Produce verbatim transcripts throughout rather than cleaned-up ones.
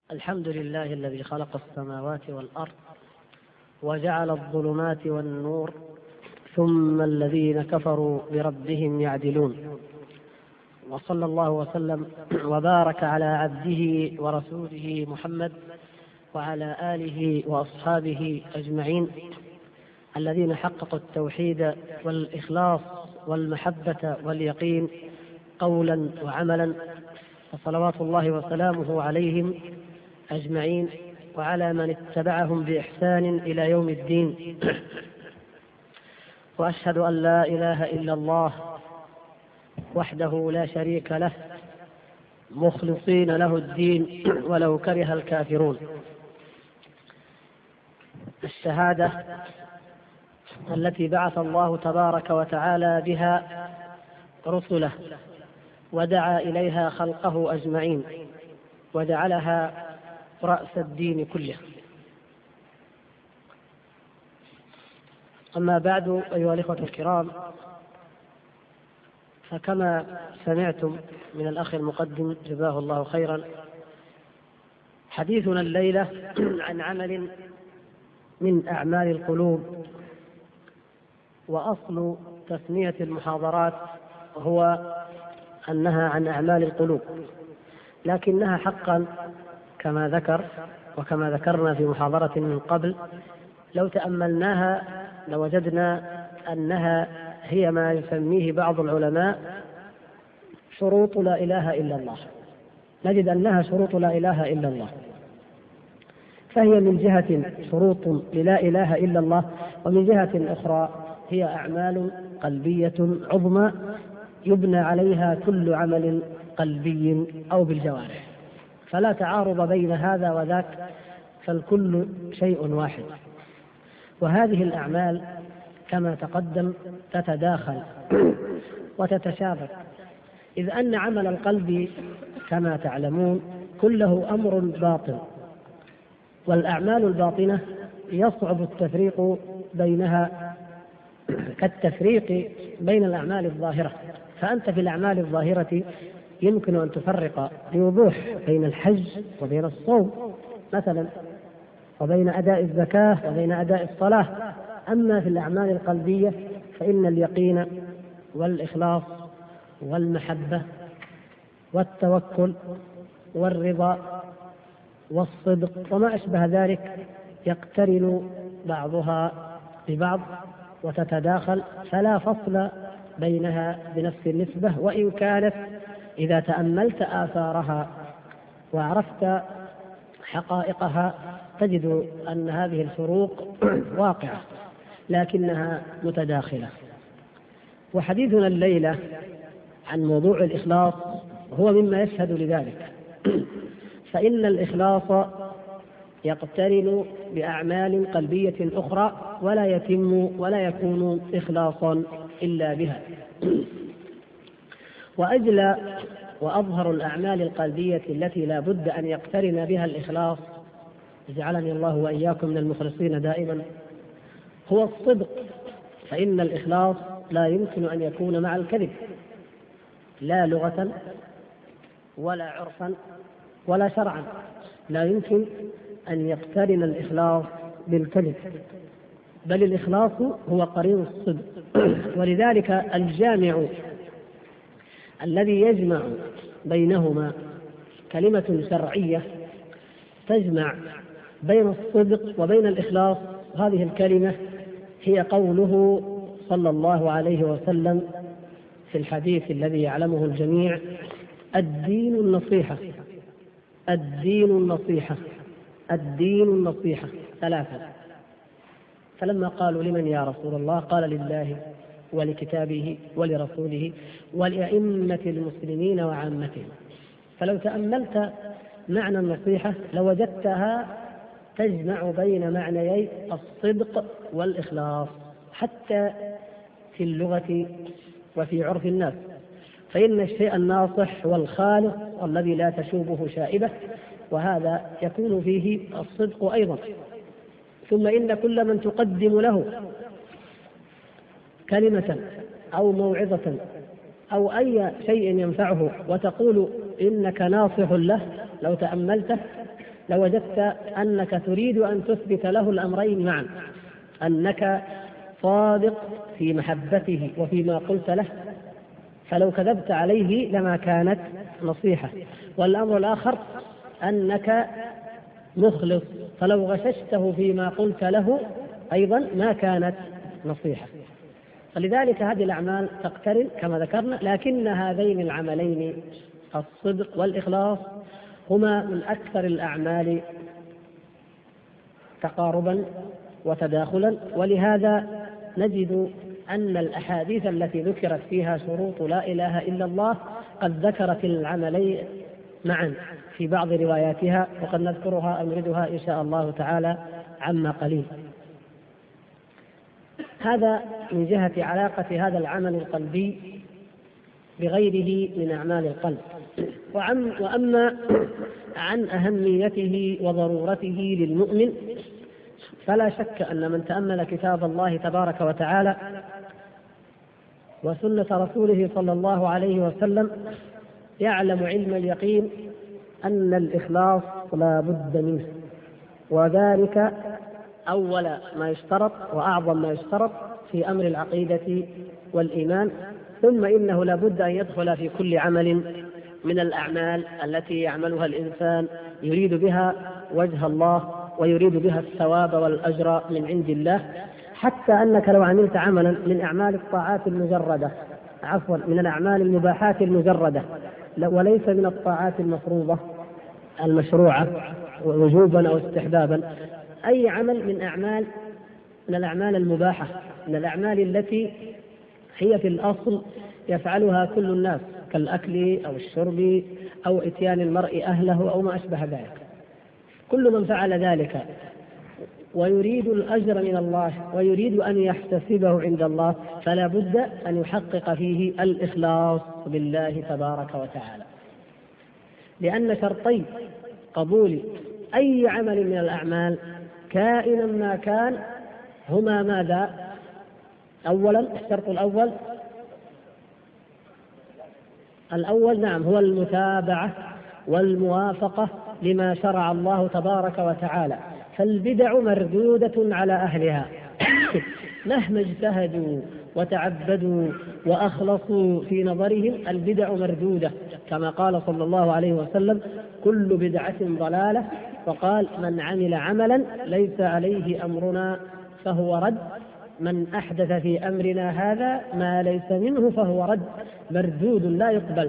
الحمد لله الذي خلق السماوات والأرض وجعل الظلمات والنور ثم الذين كفروا بربهم يعدلون، وصلى الله وسلم وبارك على عبده ورسوله محمد وعلى آله وأصحابه أجمعين الذين حققوا التوحيد والإخلاص والمحبة واليقين قولا وعملا، فصلوات الله وسلامه عليهم أجمعين وعلى من اتبعهم بإحسان إلى يوم الدين. وأشهد أن لا إله إلا الله وحده لا شريك له مخلصين له الدين ولو كره الكافرون. الشهادة التي بعث الله تبارك وتعالى بها رسله ودعا إليها خلقه أجمعين وجعلها رأس الدين كله. أما بعد، أيها الإخوة الكرام، فكما سمعتم من الأخ المقدم جزاه الله خيرا، حديثنا الليلة عن عمل من أعمال القلوب، وأصل تسمية المحاضرات هو أنها عن أعمال القلوب، لكنها حقا كما ذكر وكما ذكرنا في محاضرة من قبل لو تأملناها لوجدنا أنها هي ما يسميه بعض العلماء شروط لا إله إلا الله. نجد أنها شروط لا إله إلا الله، فهي من جهة شروط للا إله إلا الله، ومن جهة أخرى هي أعمال قلبية عظمى يبنى عليها كل عمل قلبي أو بالجوارح، فلا تعارض بين هذا وذاك، فالكل شيء واحد. وهذه الأعمال كما تقدم تتداخل وتتشابك، إذ أن عمل القلب كما تعلمون كله أمر باطن، والأعمال الباطنة يصعب التفريق بينها كالتفريق بين الأعمال الظاهرة. فأنت في الأعمال الظاهرة يمكن أن تفرق بوضوح بين الحج وبين الصوم مثلا، وبين أداء الزكاة وبين أداء الصلاة. أما في الأعمال القلبية فإن اليقين والإخلاص والمحبة والتوكل والرضا والصدق وما أشبه ذلك يقترن بعضها ببعض وتتداخل، فلا فصل بينها بنفس النسبة، وإن كانت إذا تأملت آثارها وعرفت حقائقها تجد أن هذه الفروق واقعة لكنها متداخلة. وحديثنا الليلة عن موضوع الإخلاص هو مما يشهد لذلك، فإن الإخلاص يقترن بأعمال قلبية أخرى ولا يتم ولا يكون إخلاصا إلا بها. وأجلى وأظهر الأعمال القلبية التي لا بد أن يقترن بها الإخلاص، جعلني الله وإياكم من المخلصين دائما، هو الصدق. فإن الإخلاص لا يمكن أن يكون مع الكذب، لا لغة ولا عرفا ولا شرعا، لا يمكن أن يقترن الإخلاص بالكذب، بل الإخلاص هو قرين الصدق. ولذلك الجامع الذي يجمع بينهما كلمة شرعية تجمع بين الصدق وبين الإخلاص، هذه الكلمة هي قوله صلى الله عليه وسلم في الحديث الذي يعلمه الجميع: الدين النصيحة، الدين النصيحة، الدين النصيحة ثلاثة. فلما قالوا لمن يا رسول الله؟ قال: لله ولكتابه ولرسوله ولأئمة المسلمين وعامتهم. فلو تأملت معنى النصيحة لوجدتها تجمع بين معنيي الصدق والإخلاص حتى في اللغة وفي عرف الناس، فإن الشيء الناصح والخالص الذي لا تشوبه شائبة، وهذا يكون فيه الصدق أيضا. ثم إن كل من تقدم له كلمة أو موعظة أو أي شيء ينفعه وتقول إنك ناصح له، لو تأملته لوجدت أنك تريد أن تثبت له الأمرين معا، أنك صادق في محبته وفيما قلت له، فلو كذبت عليه لما كانت نصيحة. والأمر الآخر أنك مخلص، فلو غششته فيما قلت له أيضا ما كانت نصيحة. فلذلك هذه الأعمال تقترن كما ذكرنا، لكن هذين العملين الصدق والإخلاص هما من أكثر الأعمال تقاربا وتداخلا. ولهذا نجد أن الأحاديث التي ذكرت فيها شروط لا إله إلا الله قد ذكرت العملين معا في بعض رواياتها، وقد نذكرها أو نردها إن شاء الله تعالى عما قليل. هذا من جهة علاقة هذا العمل القلبي بغيره من أعمال القلب. وأما عن أهميته وضرورته للمؤمن، فلا شك أن من تأمل كتاب الله تبارك وتعالى وسنة رسوله صلى الله عليه وسلم يعلم علم اليقين أن الإخلاص لا بد منه، وذلك أول ما يشترط وأعظم ما يشترط في أمر العقيدة والإيمان. ثم إنه لا بد أن يدخل في كل عمل من الأعمال التي يعملها الإنسان يريد بها وجه الله ويريد بها الثواب والأجر من عند الله، حتى أنك لو عملت عملا من أعمال الطاعات المجردة عفوا من الأعمال المباحات المجردة وليس من الطاعات المفروضة المشروعة وجوبا أو استحبابا، أي عمل من أعمال من الأعمال المباحة، من الأعمال التي هي في الأصل يفعلها كل الناس كالأكل أو الشرب أو إتيان المرء أهله أو ما أشبه ذلك، كل من فعل ذلك ويريد الأجر من الله ويريد أن يحتسبه عند الله فلا بد أن يحقق فيه الإخلاص بالله تبارك وتعالى، لأن شرطي قبول أي عمل من الأعمال كائنا ما كان هما ماذا؟ أولا الشرط الأول الأول نعم هو المتابعة والموافقة لما شرع الله تبارك وتعالى، فالبدع مردودة على أهلها مهما اجتهدوا وتعبدوا وأخلصوا في نظرهم البدع مردودة، كما قال صلى الله عليه وسلم كل بدعة ضلالة، وقال من عمل عملا ليس عليه أمرنا فهو رد، من أحدث في أمرنا هذا ما ليس منه فهو رد، مردود لا يقبل،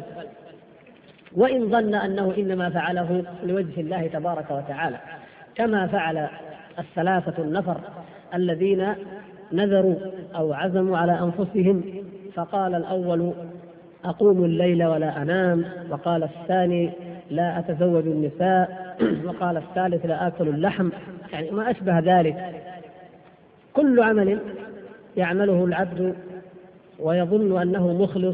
وإن ظن أنه إنما فعله لوجه الله تبارك وتعالى، كما فعل الثلاثة النفر الذين نذروا أو عزموا على أنفسهم، فقال الأول أقوم الليل ولا أنام، وقال الثاني لا أتزوج النساء، وقال الثالث لا آكل اللحم، يعني ما أشبه ذلك. كل عمل يعمله العبد ويظن أنه مخلص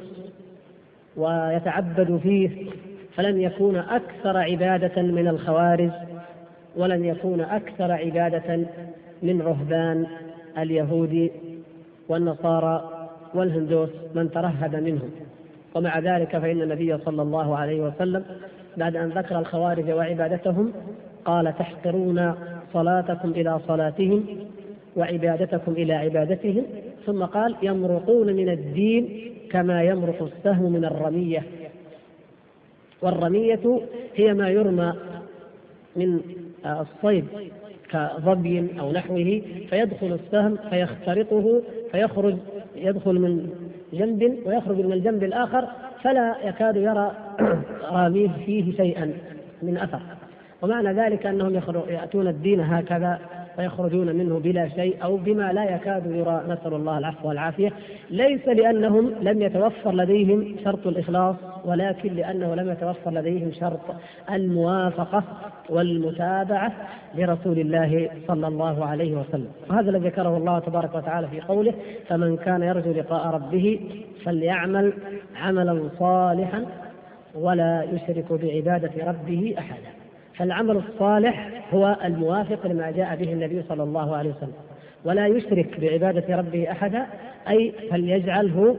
ويتعبد فيه فلن يكون أكثر عبادة من الخوارج، ولن يكون أكثر عبادة من رهبان اليهود والنصارى والهندوس من ترهب منهم. ومع ذلك فإن النبي صلى الله عليه وسلم بعد أن ذكر الخوارج وعبادتهم قال تحقرون صلاتكم إلى صلاتهم وعبادتكم إلى عبادتهم، ثم قال يمرقون من الدين كما يمرق السهم من الرمية، والرمية هي ما يرمى من الصيد كظبي أو نحوه فيدخل السهم فيخترقه فيخرج يدخل من جنب ويخرج من الجنب الآخر فلا يكاد يرى راميه فيه شيئا من أثر، ومعنى ذلك أنهم يأتون الدين هكذا فيخرجون منه بلا شيء أو بما لا يكاد يرى، نسأل الله العفو والعافية، ليس لأنهم لم يتوفر لديهم شرط الإخلاص، ولكن لأنه لم يتوفر لديهم شرط الموافقة والمتابعة لرسول الله صلى الله عليه وسلم. وهذا الذي ذكره الله تبارك وتعالى في قوله فمن كان يرجو لقاء ربه فليعمل عملا صالحا ولا يشرك بعبادة ربه أحدا. فالعمل الصالح هو الموافق لما جاء به النبي صلى الله عليه وسلم، ولا يشرك بعبادة ربه أحدا، أي فليجعله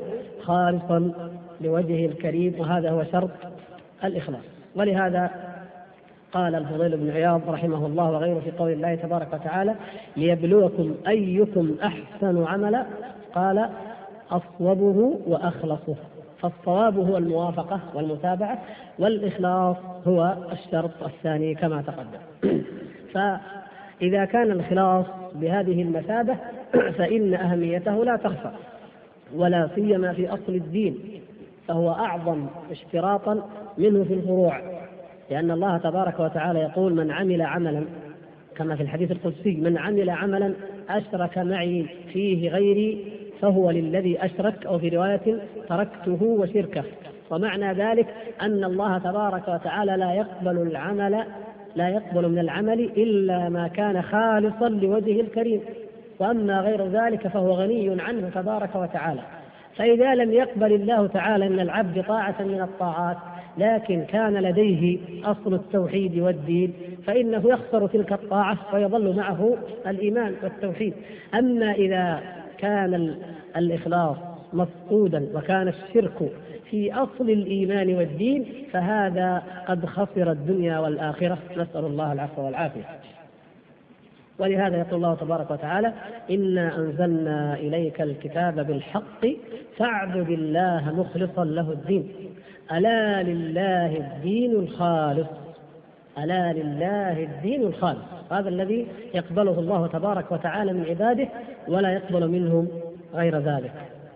خالصا لوجهه الكريم، وهذا هو شرط الإخلاص. ولهذا قال الفضيل بن عياض رحمه الله وغيره في قول الله تبارك وتعالى: ليبلوكم أيكم أحسن عملا، قال: أصوبه وأخلصه. فالصواب هو الموافقة والمتابعة، والإخلاص هو الشرط الثاني كما تقدم. فإذا كان الإخلاص بهذه المثابة فإن أهميته لا تخفى، ولا سيما في أصل الدين، فهو أعظم اشتراطا منه في الفروع، لأن الله تبارك وتعالى يقول: من عمل عملا، كما في الحديث القدسي: من عمل عملا أشرك معي فيه غيري فهو للذي أشرك، أو في رواية: تركته وشركه. ومعنى ذلك أن الله تبارك وتعالى لا يقبل العمل لا يقبل من العمل إلا ما كان خالصا لوجهه الكريم، وأما غير ذلك فهو غني عنه تبارك وتعالى. فإذا لم يقبل الله تعالى من العبد طاعة من الطاعات، لكن كان لديه أصل التوحيد والدين، فإنه يخسر تلك الطاعة ويظل معه الإيمان والتوحيد. أما إذا كان الإخلاص مفقودا وكان الشرك في أصل الإيمان والدين، فهذا قد خسر الدنيا والآخرة، نسأل الله العفو والعافية. ولهذا يقول الله تبارك وتعالى: إنا أنزلنا إليك الكتاب بالحق فاعبد الله مخلصا له الدين ألا لله الدين الخالص. ألا لله الدين الخالص، هذا الذي يقبله الله تبارك وتعالى من عباده ولا يقبل منهم غير ذلك.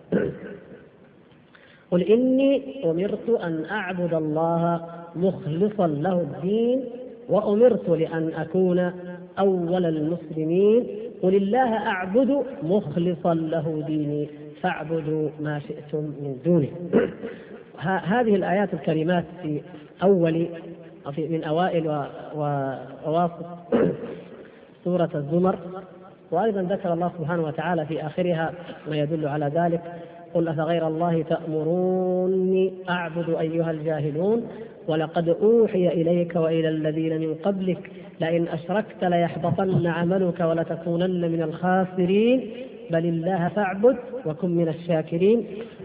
قل إني أمرت أن أعبد الله مخلصا له الدين وأمرت لأن أكون أول المسلمين. قل الله أعبد مخلصا له ديني فاعبدوا ما شئتم من دونه. هذه الآيات الكريمات في أول في من أوائل وأواسط سورة الزمر، وأيضا ذكر الله سبحانه وتعالى في آخرها ما يدل على ذلك: قل أفغير الله تأمروني أعبد أيها الجاهلون ولقد أوحي إليك وإلى الذين من قبلك لئن أشركت ليحبطن عملك ولتكونن من الخاسرين بل الله فاعبد وكن من الشاكرين.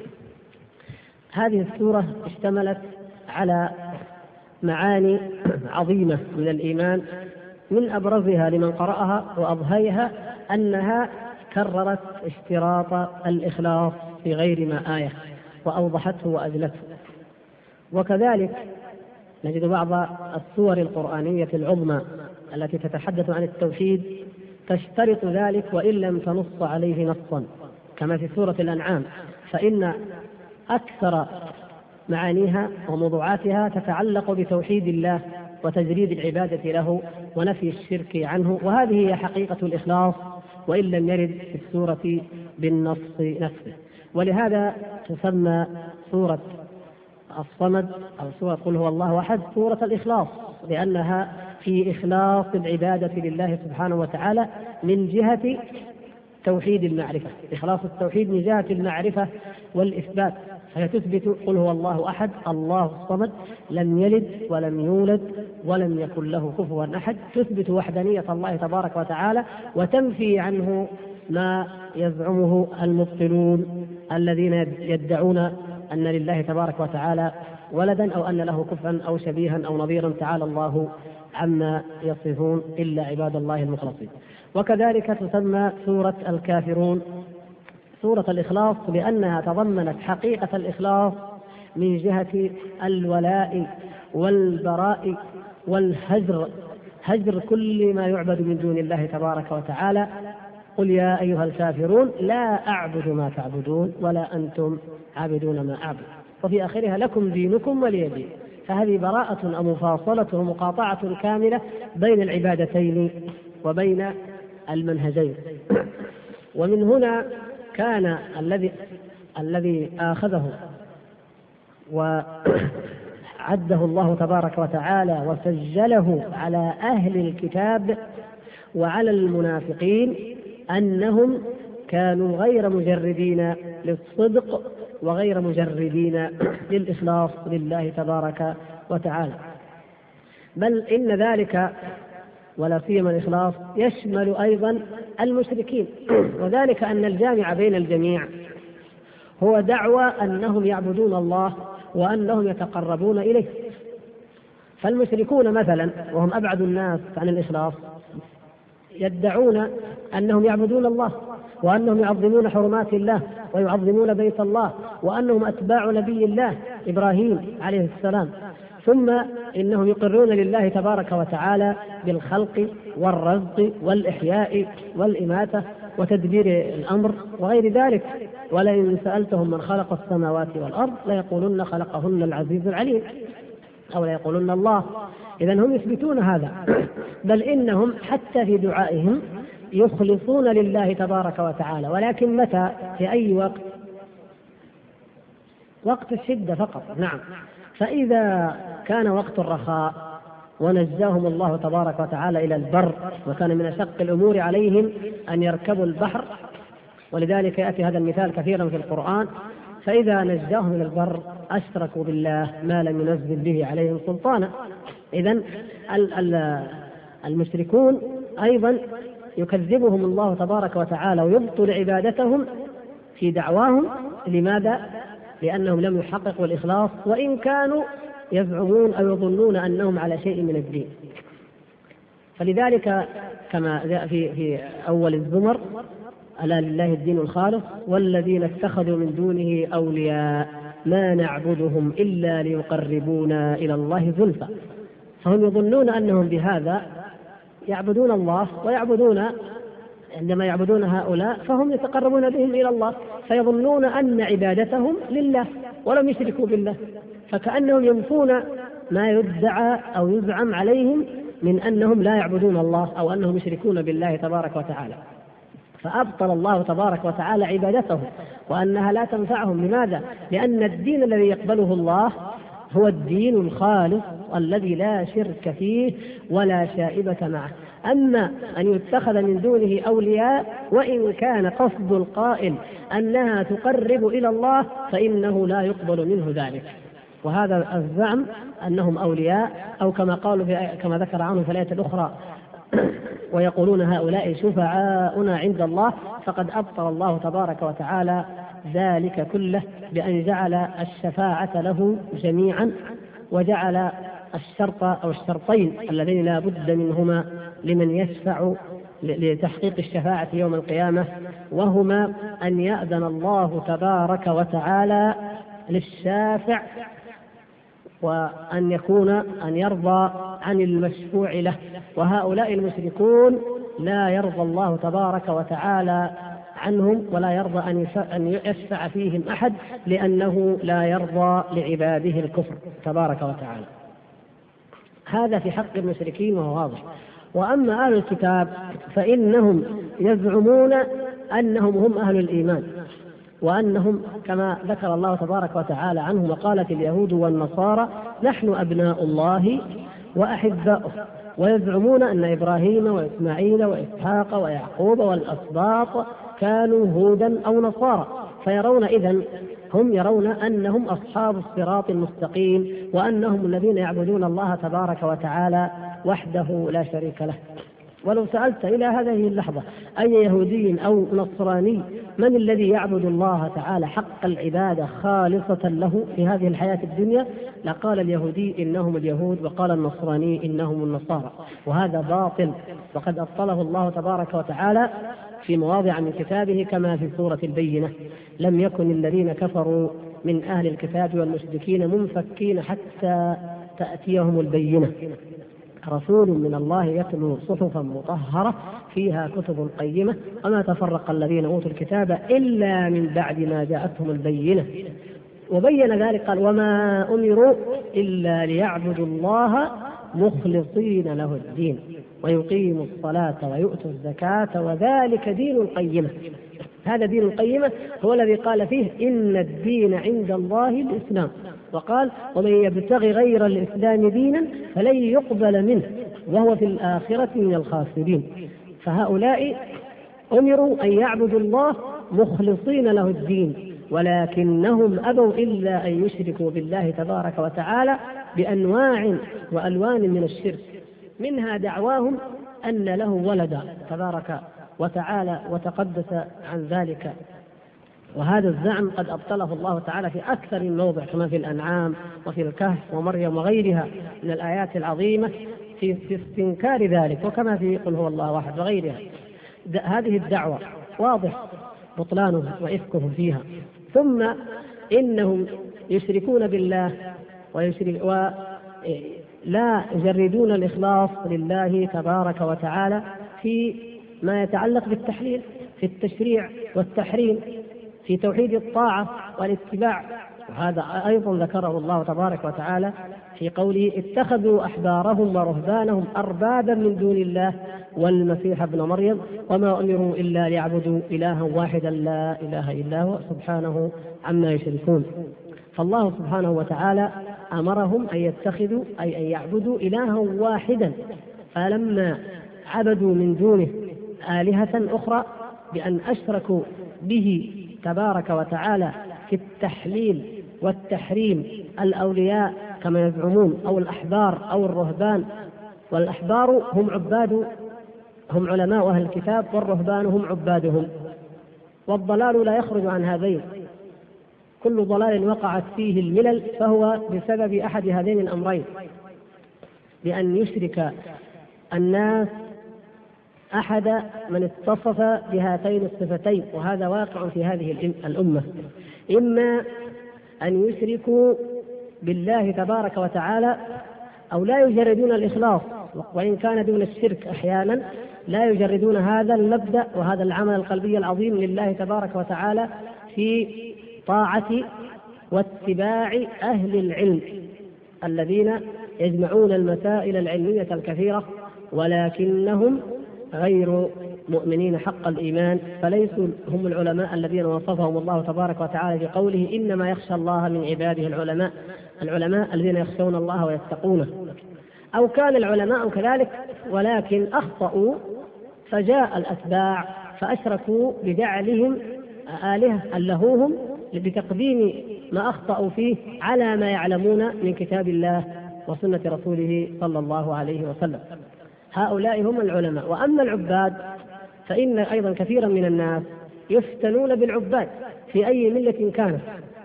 هذه السورة اشتملت على معاني عظيمة من الإيمان، من أبرزها لمن قرأها وأضهيها أنها كررت اشتراط الإخلاص في غير ما آية وأوضحته وأجلته. وكذلك نجد بعض السور القرآنية العظمى التي تتحدث عن التوحيد تشترط ذلك وإن لم تنص عليه نصا، كما في سورة الأنعام، فإن أكثر معانيها وموضوعاتها تتعلق بتوحيد الله وتجريد العبادة له ونفي الشرك عنه، وهذه هي حقيقة الإخلاص وإن لم يرد في السورة بالنص نفسه. ولهذا تسمى سورة الصمد أو سورة قل هو الله أحد سورة الإخلاص، لأنها في إخلاص العبادة لله سبحانه وتعالى من جهة توحيد المعرفة، إخلاص التوحيد من جهة المعرفة والإثبات، فهي تثبت قل هو الله أحد الله الصمد لم يلد ولم يولد ولم يكن له كفوا أحد، تثبت وحدانية الله تبارك وتعالى وتنفي عنه ما يزعمه المبطلون الذين يدعون أن لله تبارك وتعالى ولدا أو أن له كفوا أو شبيها أو نظيرا، تعالى الله عما يصفون إلا عباد الله المخلصين. وكذلك تسمى سورة الكافرون سورة الإخلاص لأنها تضمنت حقيقة الإخلاص من جهة الولاء والبراء والهجر، هجر كل ما يعبد من دون الله تبارك وتعالى. قل يا أيها الكافرون لا أعبد ما تعبدون ولا أنتم عابدون ما أعبد، وفي آخرها لكم دينكم ولي دين. فهذه براءة أو مفاصلة ومقاطعة كاملة بين العبادتين وبين المنهجين. ومن هنا كان الذي الذي آخذه وعده الله تبارك وتعالى وسجله على أهل الكتاب وعلى المنافقين أنهم كانوا غير مجردين للصدق وغير مجردين للإخلاص لله تبارك وتعالى، بل إن ذلك ولا سيما الإخلاص يشمل أيضا المشركين، وذلك أن الجامع بين الجميع هو دعوى أنهم يعبدون الله وأنهم يتقربون إليه. فالمشركون مثلا وهم أبعد الناس عن الإخلاص يدعون أنهم يعبدون الله، وأنهم يعظمون حرمات الله، ويعظمون بيت الله، وأنهم أتباع نبي الله إبراهيم عليه السلام، ثم إنهم يقرون لله تبارك وتعالى بالخلق والرزق والإحياء والإماتة وتدبير الأمر وغير ذلك. ولئن سألتهم من خلق السماوات والأرض ليقولن خلقهن العزيز العليم، أو ليقولن الله. إذن هم يثبتون هذا، بل إنهم حتى في دعائهم يخلصون لله تبارك وتعالى، ولكن متى؟ في أي وقت؟ وقت الشدة فقط. نعم. فإذا كان وقت الرخاء ونجاهم الله تبارك وتعالى إلى البر، وكان من أشق الأمور عليهم أن يركبوا البحر، ولذلك يأتي هذا المثال كثيرا في القرآن، فإذا نجاهم إلى البر أشركوا بالله ما لم ينزل به عليهم سلطانا. إذن المشركون أيضا يكذبهم الله تبارك وتعالى ويبطل عبادتهم في دعواهم. لماذا؟ لأنهم لم يحققوا الإخلاص، وإن كانوا يزعمون أو يظنون أنهم على شيء من الدين. فلذلك كما جاء في في أول الزمر: ألا لله الدين الخالص والذين اتخذوا من دونه أولياء ما نعبدهم إلا ليقربونا إلى الله زلفى. فهم يظنون أنهم بهذا يعبدون الله، ويعبدون عندما يعبدون هؤلاء فهم يتقربون بهم إلى الله، فيظنون أن عبادتهم لله ولم يشركوا بالله، فكأنهم ينفون ما يدعى أو يزعم عليهم من أنهم لا يعبدون الله أو أنهم يشركون بالله تبارك وتعالى. فأبطل الله تبارك وتعالى عبادتهم وأنها لا تنفعهم. لماذا؟ لأن الدين الذي يقبله الله هو الدين الخالص الذي لا شرك فيه ولا شائبة معه. أما أن يتخذ من دونه أولياء وإن كان قصد القائل أنها تقرب إلى الله فإنه لا يقبل منه ذلك. وهذا الزعم أنهم أولياء، أو كما قالوا في كما ذكر عنه في الآية الأخرى: ويقولون هؤلاء شفعاؤنا عند الله، فقد أبطل الله تبارك وتعالى ذلك كله بأن جعل الشفاعة له جميعا، وجعل الشرط أو الشرطين اللذين لا بد منهما لمن يشفع لتحقيق الشفاعة يوم القيامة، وهما أن يأذن الله تبارك وتعالى للشافع، وأن يكون أن يرضى عن المشفوع له. وهؤلاء المشركون لا يرضى الله تبارك وتعالى عنهم، ولا يرضى أن يشفع فيهم أحد، لأنه لا يرضى لعباده الكفر تبارك وتعالى. هذا في حق المشركين وهو واضح. وأما أهل الكتاب فإنهم يزعمون أنهم هم أهل الإيمان، وأنهم كما ذكر الله تبارك وتعالى عنهم: وقالت اليهود والنصارى نحن أبناء الله وأحباؤه. ويزعمون أن إبراهيم وإسماعيل وإسحاق ويعقوب والأسباط كانوا هودا أو نصارى، فيرون إذن هم يرون أنهم أصحاب الصراط المستقيم، وأنهم الذين يعبدون الله تبارك وتعالى وحده لا شريك له. ولو سألت إلى هذه اللحظة أي يهودي أو نصراني من الذي يعبد الله تعالى حق العبادة خالصة له في هذه الحياة الدنيا، لقال اليهودي إنهم اليهود، وقال النصراني إنهم النصارى. وهذا باطل، وقد أبطله الله تبارك وتعالى في مواضع من كتابه، كما في سورة البينة: لم يكن الذين كفروا من أهل الكتاب والمشركين منفكين حتى تأتيهم البينة، رسول من الله يتلو صحفا مطهرة فيها كتب قيمة وما تفرق الذين أوتوا الكتاب إلا من بعد ما جاءتهم البينة. وبين ذلك قال: وما أمروا إلا ليعبدوا الله مخلصين له الدين ويقيموا الصلاة ويؤتوا الزكاة وذلك دين القيمة. هذا دين القيمة هو الذي قال فيه: إن الدين عند الله الإسلام. وقال: ومن يبتغي غير الإسلام دينا فلن يقبل منه وهو في الآخرة من الخاسرين. فهؤلاء أمروا أن يعبدوا الله مخلصين له الدين، ولكنهم أبوا إلا أن يشركوا بالله تبارك وتعالى بأنواع وألوان من الشرك، منها دعواهم أن له ولدا تبارك وتعالى وتقدس عن ذلك، وهذا الزعم قد أبطله الله تعالى في أكثر من موضع كما في الأنعام وفي الكهف ومريم وغيرها من الآيات العظيمة في, في استنكار ذلك، وكما في قل هو الله أحد وغيرها. هذه الدعوة واضح بطلانها وإفكهم فيها. ثم إنهم يشركون بالله ويشرك ولا يجردون الإخلاص لله تبارك وتعالى في ما يتعلق بالتحليل، في التشريع والتحريم، في توحيد الطاعة والاتباع. وهذا أيضا ذكره الله تبارك وتعالى في قوله اتخذوا أحبارهم ورهبانهم أربابا من دون الله والمسيح ابن مريم وما أمروا إلا ليعبدوا إلها واحدا لا إله إلا هو سبحانه عما يشركون. فالله سبحانه وتعالى أمرهم أن يتخذوا أي أن يعبدوا إلها واحدا، فلما عبدوا من دونه آلهة أخرى بأن أشركوا به تبارك وتعالى في التحليل والتحريم الأولياء كما يزعمون أو الأحبار أو الرهبان، والأحبار هم عباد هم علماء أهل الكتاب والرهبان هم عبادهم، والضلال لا يخرج عن هذين، كل ضلال وقعت فيه الملل فهو بسبب أحد هذين الأمرين، بأن يشرك الناس أحد من اتصف بهاتين الصفتين، وهذا واقع في هذه الأمة، إما أن يشركوا بالله تبارك وتعالى أو لا يجردون الإخلاص، وإن كان دون الشرك أحيانا لا يجردون هذا المبدأ وهذا العمل القلبي العظيم لله تبارك وتعالى في طاعة واتباع أهل العلم الذين يجمعون المسائل العلمية الكثيرة ولكنهم غير مؤمنين حق الإيمان، فليسوا هم العلماء الذين وصفهم الله تبارك وتعالى في قوله إنما يخشى الله من عباده العلماء، العلماء الذين يخشون الله ويتقونه. أو كان العلماء كذلك ولكن أخطأوا فجاء الأتباع فأشركوا بجعلهم آلهة ألهوهم بتقديم ما أخطأوا فيه على ما يعلمون من كتاب الله وسنة رسوله صلى الله عليه وسلم. هؤلاء هم العلماء. وأما العباد فإن أيضا كثيرا من الناس يفتنون بالعباد في أي ملة كانت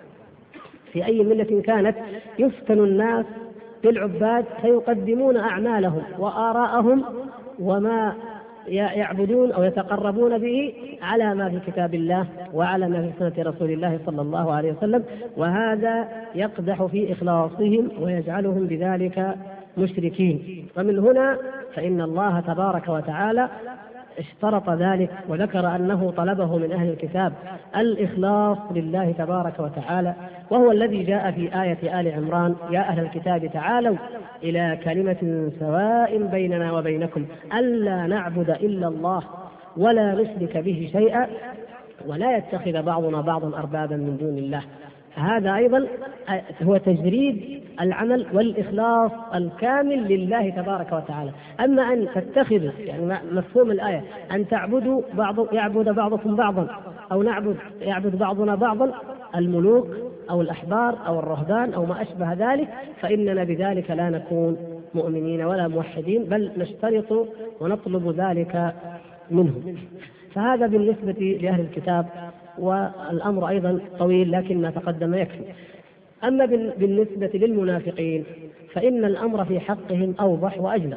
في أي ملة كانت يفتن الناس بالعباد فيقدمون أعمالهم وآراءهم وما يعبدون أو يتقربون به على ما في كتاب الله وعلى ما في سنة رسول الله صلى الله عليه وسلم، وهذا يقدح في إخلاصهم ويجعلهم بذلك مشركين. ومن هنا فإن الله تبارك وتعالى اشترط ذلك وذكر أنه طلبه من أهل الكتاب الإخلاص لله تبارك وتعالى، وهو الذي جاء في آية آل عمران يا أهل الكتاب تعالوا إلى كلمة سواء بيننا وبينكم ألا نعبد إلا الله ولا نشرك به شيئا ولا يتخذ بعضنا بعضا أربابا من دون الله. هذا أيضا هو تجريد العمل والإخلاص الكامل لله تبارك وتعالى. أما أن تتخذوا يعني مفهوم الآية أن تعبدوا بعض يعبد بعضكم بعضا أو نعبد يعبد بعضنا بعضا الملوك أو الأحبار أو الرهبان أو ما أشبه ذلك، فإننا بذلك لا نكون مؤمنين ولا موحدين، بل نشترط ونطلب ذلك منهم. فهذا بالنسبة لأهل الكتاب، والأمر أيضا طويل لكن ما تقدم يكفي. أما بالنسبة للمنافقين فإن الأمر في حقهم أوضح وأجلى.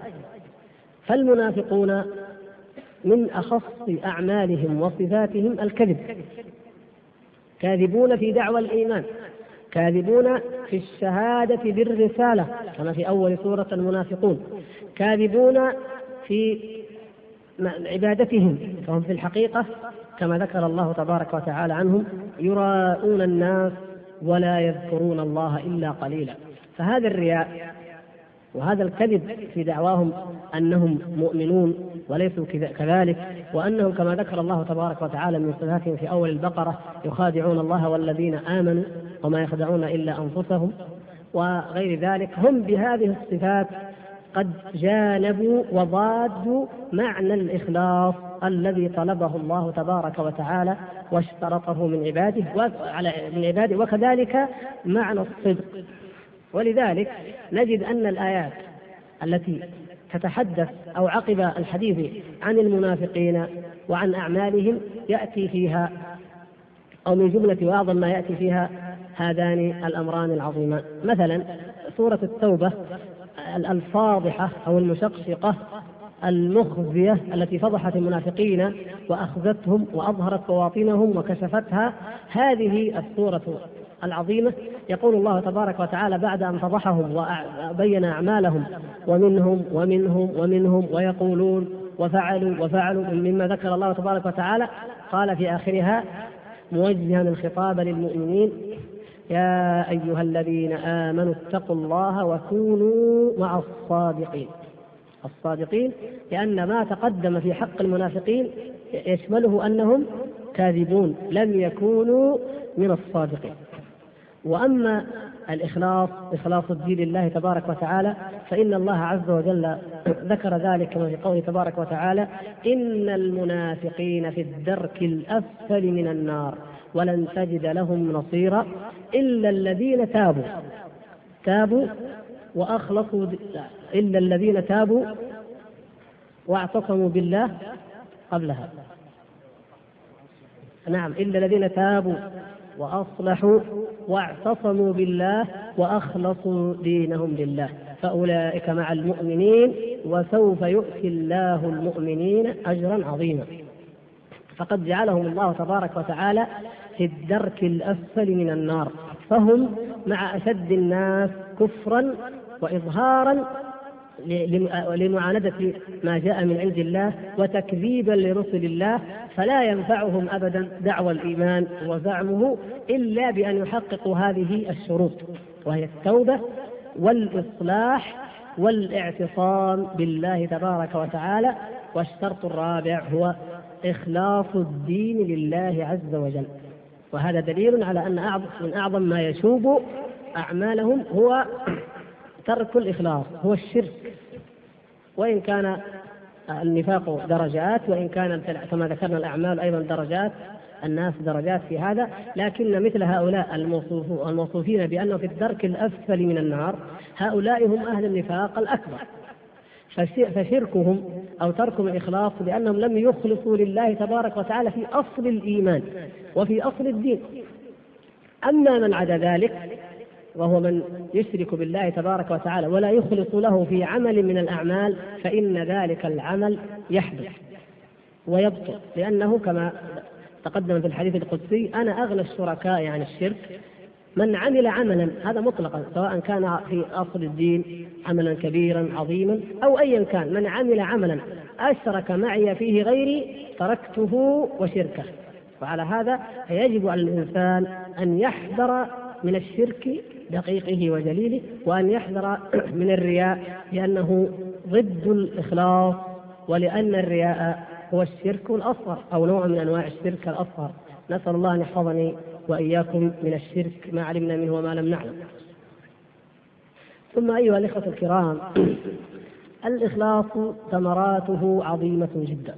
فالمنافقون من أخص أعمالهم وصفاتهم الكذب، كاذبون في دعوى الإيمان، كاذبون في الشهادة بالرسالة كما في أول سورة المنافقون، كاذبون في عبادتهم، فهم في الحقيقة كما ذكر الله تبارك وتعالى عنهم يراءون الناس ولا يذكرون الله إلا قليلا. فهذا الرياء وهذا الكذب في دعواهم أنهم مؤمنون وليسوا كذلك، وأنهم كما ذكر الله تبارك وتعالى من صفاتهم في أول البقرة يخادعون الله والذين آمنوا وما يخدعون إلا أنفسهم وغير ذلك، هم بهذه الصفات قد جانبوا وضادوا معنى الإخلاص الذي طلبه الله تبارك وتعالى واشترطه من عباده وعلى من عباده وكذلك معنى الصدق. ولذلك نجد أن الآيات التي تتحدث أو عقب الحديث عن المنافقين وعن أعمالهم يأتي فيها أو من جملة وأعظم ما يأتي فيها هذان الأمران العظيمان. مثلا سورة التوبة الفاضحة أو المشقشقة المخزية التي فضحت المنافقين وأخذتهم وأظهرت بواطنهم وكشفتها، هذه السورة العظيمة يقول الله تبارك وتعالى بعد أن فضحهم وبين أعمالهم ومنهم ومنهم ومنهم ويقولون وفعلوا وفعلوا مما ذكر الله تبارك وتعالى، قال في آخرها موجها الخطاب للمؤمنين: يا أيها الذين آمنوا اتقوا الله وكونوا مع الصادقين. الصادقين لأن ما تقدم في حق المنافقين يشمله أنهم كاذبون لم يكونوا من الصادقين. وأما الإخلاص إخلاص الدين لله تبارك وتعالى فإن الله عز وجل ذكر ذلك كما في قوله تبارك وتعالى: إن المنافقين في الدرك الأسفل من النار ولن تجد لهم نصيرا إلا الذين تابوا تابوا وأخلصوا إلا الذين تابوا واعتصموا بالله قبلها نعم إلا الذين تابوا وأصلحوا واعتصموا بالله وأخلصوا دينهم لله فأولئك مع المؤمنين وسوف يؤتي الله المؤمنين أجرا عظيما. فقد جعلهم الله تبارك وتعالى في الدرك الأسفل من النار، فهم مع أشد الناس كفرا وإظهارا لمعاندة ما جاء من عند الله وتكذيبا لرسل الله، فلا ينفعهم أبدا دعوى الإيمان وزعمه إلا بأن يحققوا هذه الشروط، وهي التوبة والإصلاح والاعتصام بالله تبارك وتعالى. والشرط الرابع هو إخلاص الدين لله عز وجل، وهذا دليل على أن أعظم من أعظم ما يشوب أعمالهم هو ترك الإخلاص، هو الشرك. وإن كان النفاق درجات، وإن كان كما ذكرنا الأعمال أيضا درجات، الناس درجات في هذا، لكن مثل هؤلاء الموصوفين بأنه في الدرك الأسفل من النار هؤلاء هم أهل النفاق الأكبر، فشركهم أو تركهم الإخلاص لأنهم لم يخلصوا لله تبارك وتعالى في أصل الإيمان وفي أصل الدين. أما من عدا ذلك وهو من يشرك بالله تبارك وتعالى ولا يخلص له في عمل من الأعمال فإن ذلك العمل يحدث ويبطل، لأنه كما تقدم في الحديث القدسي: أنا أغنى الشركاء عن الشرك من عمل عملا، هذا مطلقا سواء كان في أصل الدين عملا كبيرا عظيما أو أيا كان، من عمل عملا أشرك معي فيه غيري تركته وشركه. وعلى هذا يجب على الإنسان أن يحذر من الشرك دقيقه وجليله، وأن يحذر من الرياء لأنه ضد الإخلاص، ولأن الرياء هو الشرك الأصغر أو نوع من أنواع الشرك الأصغر. نسأل الله أن يحفظني وإياكم من الشرك ما علمنا منه وما لم نعلم. ثم أيها الإخوة الكرام، الإخلاص ثمراته عظيمة جدا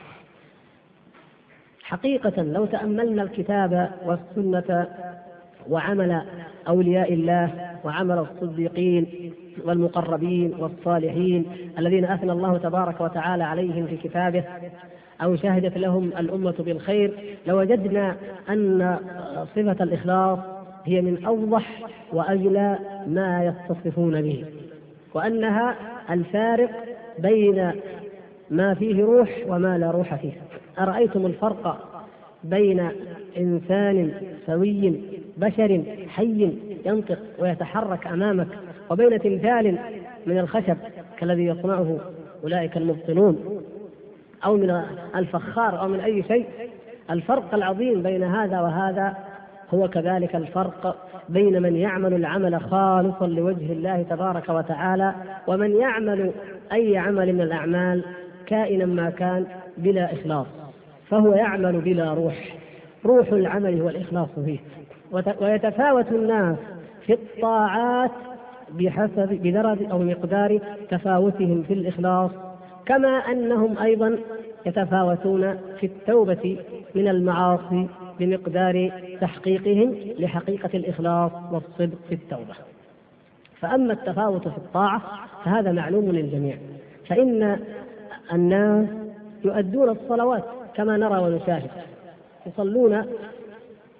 حقيقة. لو تأملنا الكتاب والسنة وعمل أولياء الله وعمل الصديقين والمقربين والصالحين الذين أثنى الله تبارك وتعالى عليهم في كتابه أو شهدت لهم الأمة بالخير، لوجدنا أن صفة الإخلاص هي من أوضح وأجلى ما يتصفون به، وأنها الفارق بين ما فيه روح وما لا روح فيه. أرأيتم الفرق بين إنسان سوي بشر حي ينطق ويتحرك أمامك وبين تمثال من الخشب كالذي يصنعه أولئك المبطلون أو من الفخار أو من أي شيء؟ الفرق العظيم بين هذا وهذا هو كذلك الفرق بين من يعمل العمل خالصا لوجه الله تبارك وتعالى ومن يعمل أي عمل من الأعمال كائنا ما كان بلا إخلاص، فهو يعمل بلا روح. روح العمل هو الإخلاص فيه. ويتفاوت الناس في الطاعات بحسب بدرجة أو مقدار تفاوتهم في الإخلاص، كما أنهم أيضا يتفاوتون في التوبة من المعاصي بمقدار تحقيقهم لحقيقة الإخلاص والصدق في التوبة. فأما التفاوت في الطاعة فهذا معلوم للجميع، فإن الناس يؤدون الصلوات كما نرى ونشاهد، يصلون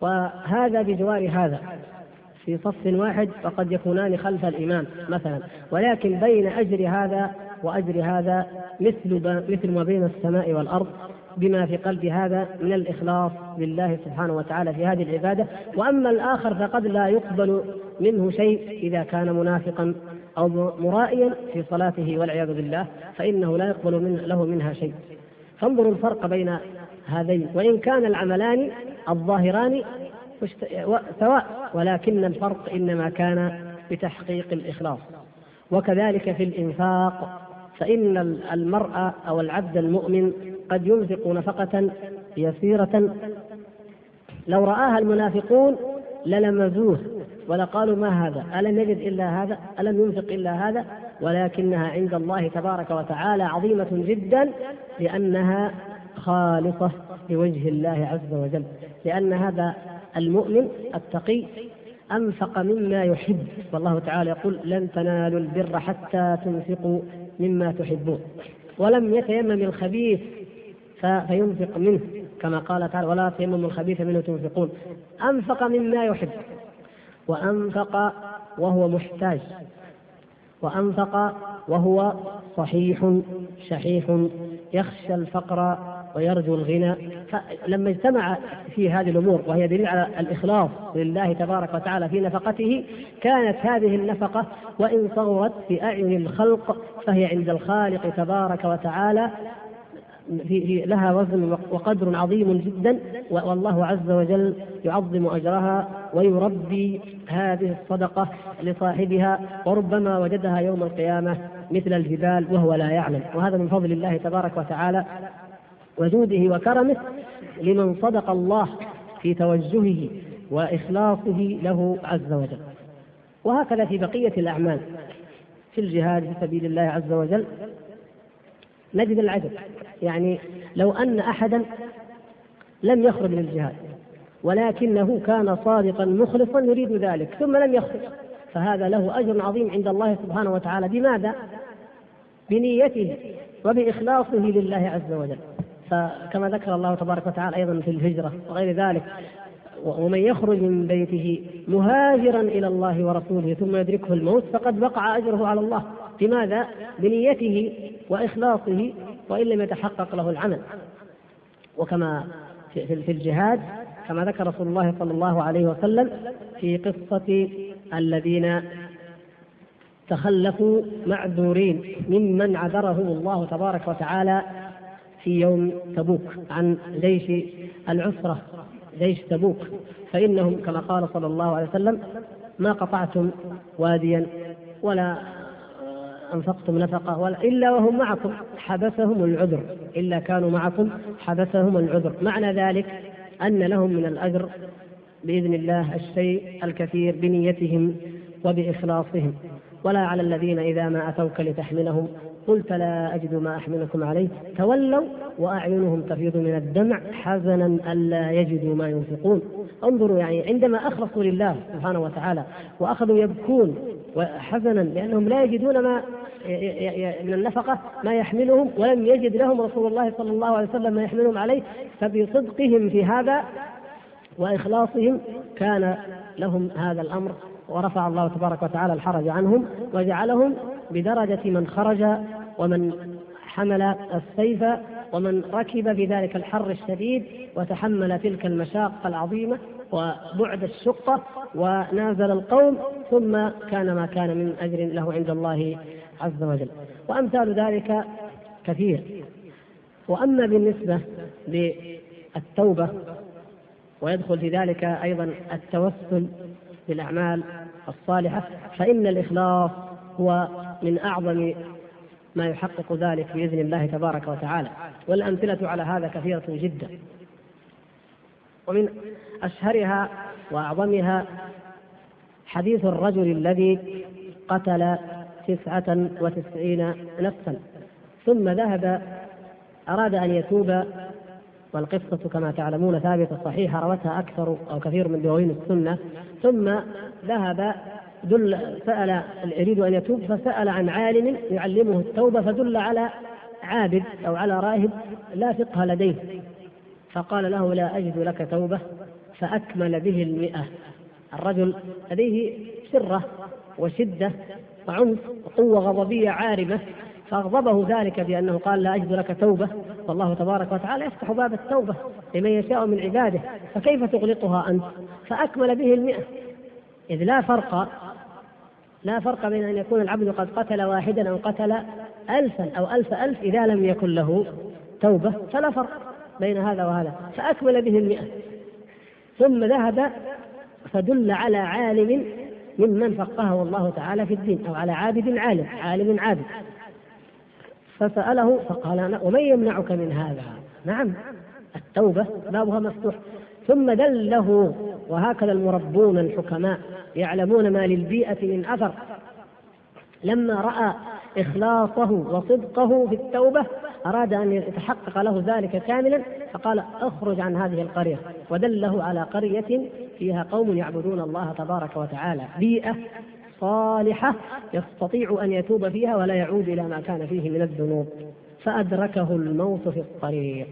وهذا بجوار هذا في صف واحد وقد يكونان خلف الإمام مثلا، ولكن بين أجر هذا وأجر هذا مثل مثل ما بين السماء والأرض بما في قلب هذا من الإخلاص لله سبحانه وتعالى في هذه العبادة. وأما الآخر فقد لا يقبل منه شيء إذا كان منافقا أو مرائيا في صلاته والعياذ بالله، فإنه لا يقبل من له منها شيء. فانظروا الفرق بين هذين، وإن كان العملان الظاهران سواء، ولكن الفرق إنما كان بتحقيق الإخلاص. وكذلك في الإنفاق، فإن المرء أو العبد المؤمن قد ينفق نفقة يسيرة لو رآها المنافقون للمزوه ولقالوا ما هذا، ألم يجد إلا هذا، ألم ينفق إلا هذا، ولكنها عند الله تبارك وتعالى عظيمة جدا لأنها خالصة لوجه الله عز وجل، لأن هذا المؤمن التقي أنفق مما يحب، والله تعالى يقول لن تنالوا البر حتى تنفقوا مما تحبون، ولم يتيمم الخبيث فينفق منه كما قال تعالى ولا تيمموا الخبيث منه تنفقون. أنفق مما يحب، وأنفق وهو محتاج، وأنفق وهو صحيح شحيح يخشى الفقر ويرجو الغنى. فلما اجتمع في هذه الأمور وهي دليل على الإخلاص لله تبارك وتعالى في نفقته، كانت هذه النفقة وإن صغرت في أعين الخلق فهي عند الخالق تبارك وتعالى في لها وزن وقدر عظيم جدا، والله عز وجل يعظم أجرها ويربي هذه الصدقة لصاحبها، وربما وجدها يوم القيامة مثل الجبال وهو لا يعلم. وهذا من فضل الله تبارك وتعالى وجوده وكرمه لمن صدق الله في توجهه وإخلاصه له عز وجل. وهكذا في بقية الأعمال في الجهاد في سبيل الله عز وجل نجد العجب، يعني لو أن أحدا لم يخرج للجهاد ولكنه كان صادقا مخلصا يريد ذلك ثم لم يخرج، فهذا له أجر عظيم عند الله سبحانه وتعالى. بماذا؟ بنيته وبإخلاصه لله عز وجل. فكما ذكر الله تبارك وتعالى أيضا في الهجرة وغير ذلك، ومن يخرج من بيته مهاجرا إلى الله ورسوله ثم يدركه الموت فقد وقع أجره على الله. لماذا؟ بنيته وإخلاصه، وإن لم يتحقق له العمل. وكما في الجهاد كما ذكر رسول الله صلى الله عليه وسلم في قصة الذين تخلفوا معذورين ممن عذرهم الله تبارك وتعالى في يوم تبوك عن جيش العسرة جيش تبوك، فإنهم كما قال صلى الله عليه وسلم ما قطعتم واديا ولا أنفقتم نفقة ولا إلا وهم معكم حبسهم العذر، إلا كانوا معكم حبسهم العذر. معنى ذلك أن لهم من الأجر بإذن الله الشيء الكثير بنيتهم وبإخلاصهم. ولا على الذين إذا ما أتوك لتحملهم قلت لا أجد ما أحملكم عليه تولوا وأعينهم تفيض من الدمع حزنا ألا يجدوا ما ينفقون. انظروا، يعني عندما أخلصوا لله سبحانه وتعالى وأخذوا يبكون وحزنا لأنهم لا يجدون ما من النفقة ما يحملهم، ولم يجد لهم رسول الله صلى الله عليه وسلم ما يحملهم عليه، فبصدقهم في هذا وإخلاصهم كان لهم هذا الأمر، ورفع الله تبارك وتعالى الحرج عنهم وجعلهم بدرجة من خرج ومن حمل السيف ومن ركب في ذلك الحر الشديد وتحمل تلك المشاق العظيمة وبعد الشقة ونازل القوم، ثم كان ما كان من أجر له عند الله عز وجل. وأمثال ذلك كثير. وأما بالنسبة للتوبة ويدخل في ذلك أيضا التوسل بالأعمال الصالحة، فإن الإخلاص هو من أعظم ما يحقق ذلك بإذن الله تبارك وتعالى، والأمثلة على هذا كثيرة جدا. ومن أشهرها وأعظمها حديث الرجل الذي قتل تسعة وتسعين نفسا ثم ذهب أراد أن يتوب، والقصة كما تعلمون ثابتة صحيحة روتها أكثر أو كثير من دواوين السنة. ثم ذهب دل سأل يريد أن يتوب فسأل عن عالم يعلمه التوبة، فدل على عابد أو على راهب لا فقه لديه، فقال له لا أجد لك توبة فأكمل به المئة. الرجل لديه سرة وشدة وعنف وقوة غضبية عارمة، فأغضبه ذلك بأنه قال لا أجد لك توبة، والله تبارك وتعالى يفتح باب التوبة لمن يشاء من عباده، فكيف تغلقها أنت؟ فأكمل به المئة. إذ لا فرق لا فرق بين أن يكون العبد قد قتل واحدا أو قتل ألفا أو ألف ألف إذا لم يكن له توبة، فلا فرق بين هذا وهذا. فأكمل به المئة، ثم ذهب فدل على عالم ممن فقهه الله تعالى في الدين، أو على عابد عالم عالم عابد، فسأله فقال ومن يمنعك من هذا؟ نعم التوبة بابها مفتوح. ثم دله، وهكذا المربون الحكماء يعلمون ما للبيئة من أثر. لما رأى إخلاصه وصدقه في التوبة أراد أن يتحقق له ذلك كاملا، فقال اخرج عن هذه القرية، ودله على قرية فيها قوم يعبدون الله تبارك وتعالى، بيئة صالحة يستطيع أن يتوب فيها ولا يعود إلى ما كان فيه من الذنوب. فأدركه الموت في الطريق،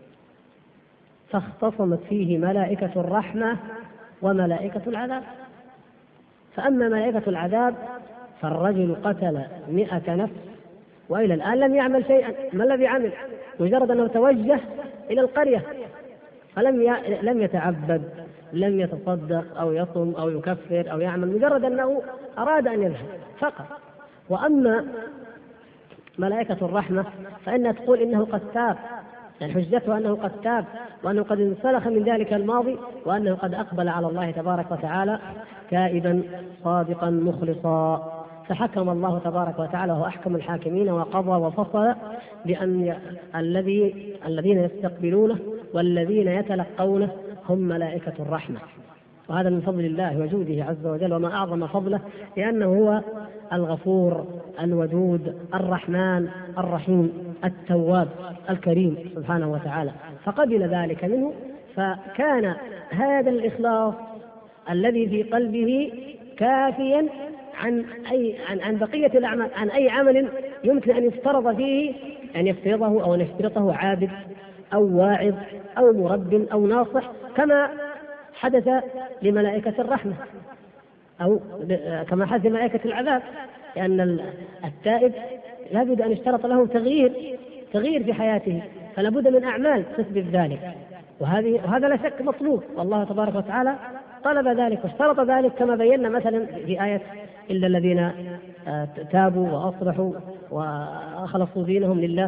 فاختصمت فيه ملائكة الرحمة وملائكة العذاب. فأما ملائكة العذاب فالرجل قتل مئة نفس وإلى الآن لم يعمل شيئا. ما الذي عمل؟ مجرد أنه توجه إلى القرية، فلم ي... لم يتعبد، لم يتصدق أو يصم أو يكفر أو يعمل، مجرد أنه أراد أن يذهب فقط. وأما ملائكة الرحمة فإنها تقول إنه قد تاب، يعني حجته أنه قد تاب وأنه قد انسلخ من ذلك الماضي، وأنه قد أقبل على الله تبارك وتعالى تائبا صادقا مخلصا. فحكم الله تبارك وتعالى وهو أحكم الحاكمين وقضى وفصل بأن الذي الذين يستقبلونه والذين يتلقونه هم ملائكة الرحمة. وهذا من فضل الله وجوده عز وجل، وما أعظم فضله، لأنه هو الغفور الودود الرحمن الرحيم التواب الكريم سبحانه وتعالى، فقبل ذلك منه. فكان هذا الإخلاص الذي في قلبه كافيا عن أي عن, عن بقية الأعمال، عن أي عمل يمكن أن يفترض فيه أن يفترضه أو أن يفترضه عابد أو واعظ أو مرب أو ناصح، كما حدث لملائكة الرحمة أو كما حدث لملائكة العذاب، لأن التائب لا بد أن يشترط له تغيير تغيير في حياته، فلا بد من أعمال تثبت ذلك، وهذه وهذا لا شك مطلوب، والله تبارك وتعالى طلب ذلك واشترط ذلك، كما بينا مثلا في آية إلا الذين تابوا وأصلحوا وأخلصوا دينهم لله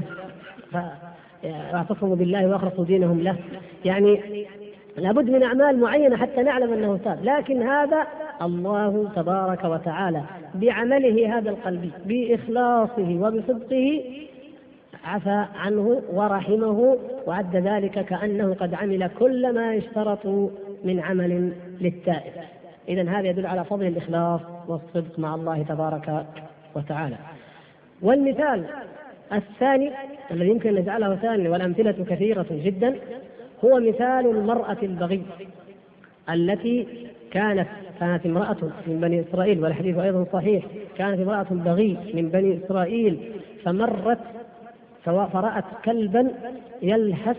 واعتصموا بالله وأخلصوا دينهم له. يعني لابد من أعمال معينة حتى نعلم أنه تاب، لكن هذا الله تبارك وتعالى بعمله هذا القلبي بإخلاصه وبصدقه عفى عنه ورحمه، وعد ذلك كأنه قد عمل كل ما يشترط من عمل للتائب. إذن هذا يدل على فضل الإخلاص والصدق مع الله تبارك وتعالى. والمثال الثاني الذي يمكن أن نجعله ثاني، والأمثلة كثيرة جدا، هو مثال المرأة البغي التي كانت كانت امرأة من بني إسرائيل، والحديث أيضا صحيح، كانت امرأة بغي من بني إسرائيل فمرت فرأت كلبا يلهث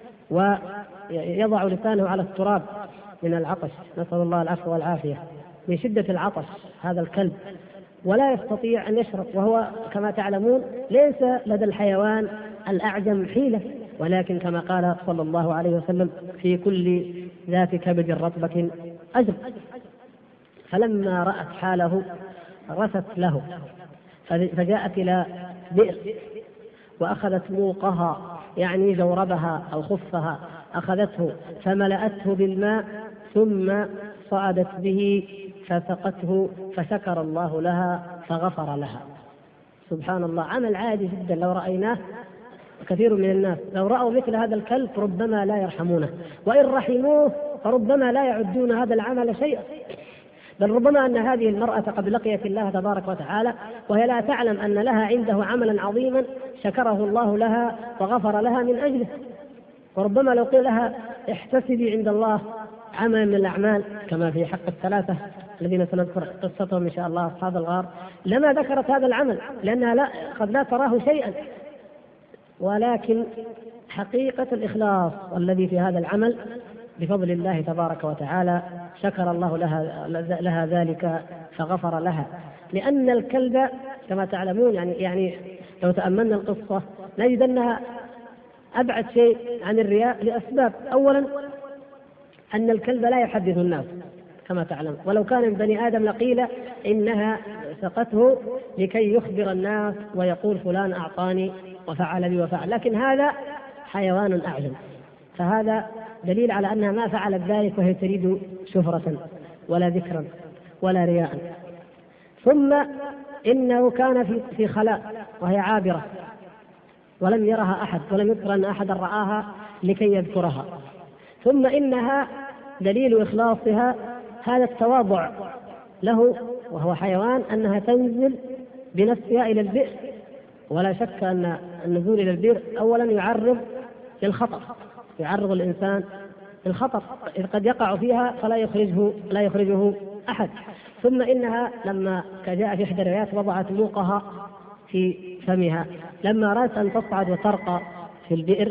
ويضع لسانه على التراب من العطش، نسأل الله العفو والعافية، من شدة العطش هذا الكلب، ولا يستطيع أن يشرب، وهو كما تعلمون ليس لدى الحيوان الأعجم حيلة، ولكن كما قال صلى الله عليه وسلم في كل ذات كبد رطبة أجر. فلما رأت حاله رثت له، فجاءت إلى بئر وأخذت موقها يعني جوربها أو خفها، أخذته فملأته بالماء ثم صعدت به فسقته، فشكر الله لها فغفر لها. سبحان الله، عمل عادي جدا لو رأيناه كثير من الناس لو رأوا مثل هذا الكلب ربما لا يرحمونه، وإن رحموه فربما لا يعدون هذا العمل شيئا، بل ربما أن هذه المرأة قد لقيت الله تبارك وتعالى وهي لا تعلم أن لها عنده عملا عظيما شكره الله لها وغفر لها من أجله. وربما لو قيل لها احتسبي عند الله عمل من الأعمال كما في حق الثلاثة الذين سنذكر قصتهم إن شاء الله أصحاب الغار، لما ذكرت هذا العمل لأنها لا قد لا تراه شيئا، ولكن حقيقة الإخلاص الذي في هذا العمل بفضل الله تبارك وتعالى شكر الله لها, لها ذلك فغفر لها. لأن الكلب كما تعلمون يعني, يعني لو تأملنا القصة نجد أنها أبعد شيء عن الرياء لأسباب. أولا أن الكلب لا يحدث الناس كما تعلم، ولو كان من بني آدم لقيل إنها سقته لكي يخبر الناس ويقول فلان أعطاني وفعل بي وفعل، لكن هذا حيوان أعجم، فهذا دليل على أنها ما فعلت ذلك وهي تريد شهرة ولا ذكرا ولا رياء. ثم إنه كان في خلاء وهي عابرة ولم يرها أحد، ولم يذكر أن أحدا رآها لكي يذكرها. ثم إنها دليل إخلاصها هذا التواضع له وهو حيوان، أنها تنزل بنفسها إلى البئر، ولا شك أن النزول إلى البئر أولا يعرض للخطر، يعرض الإنسان للخطر إذ قد يقع فيها فلا يخرجه لا يخرجه أحد. ثم إنها لما جاء في إحدى الروايات وضعت موقها في فمها لما أرادت أن تصعد وترقى في البئر،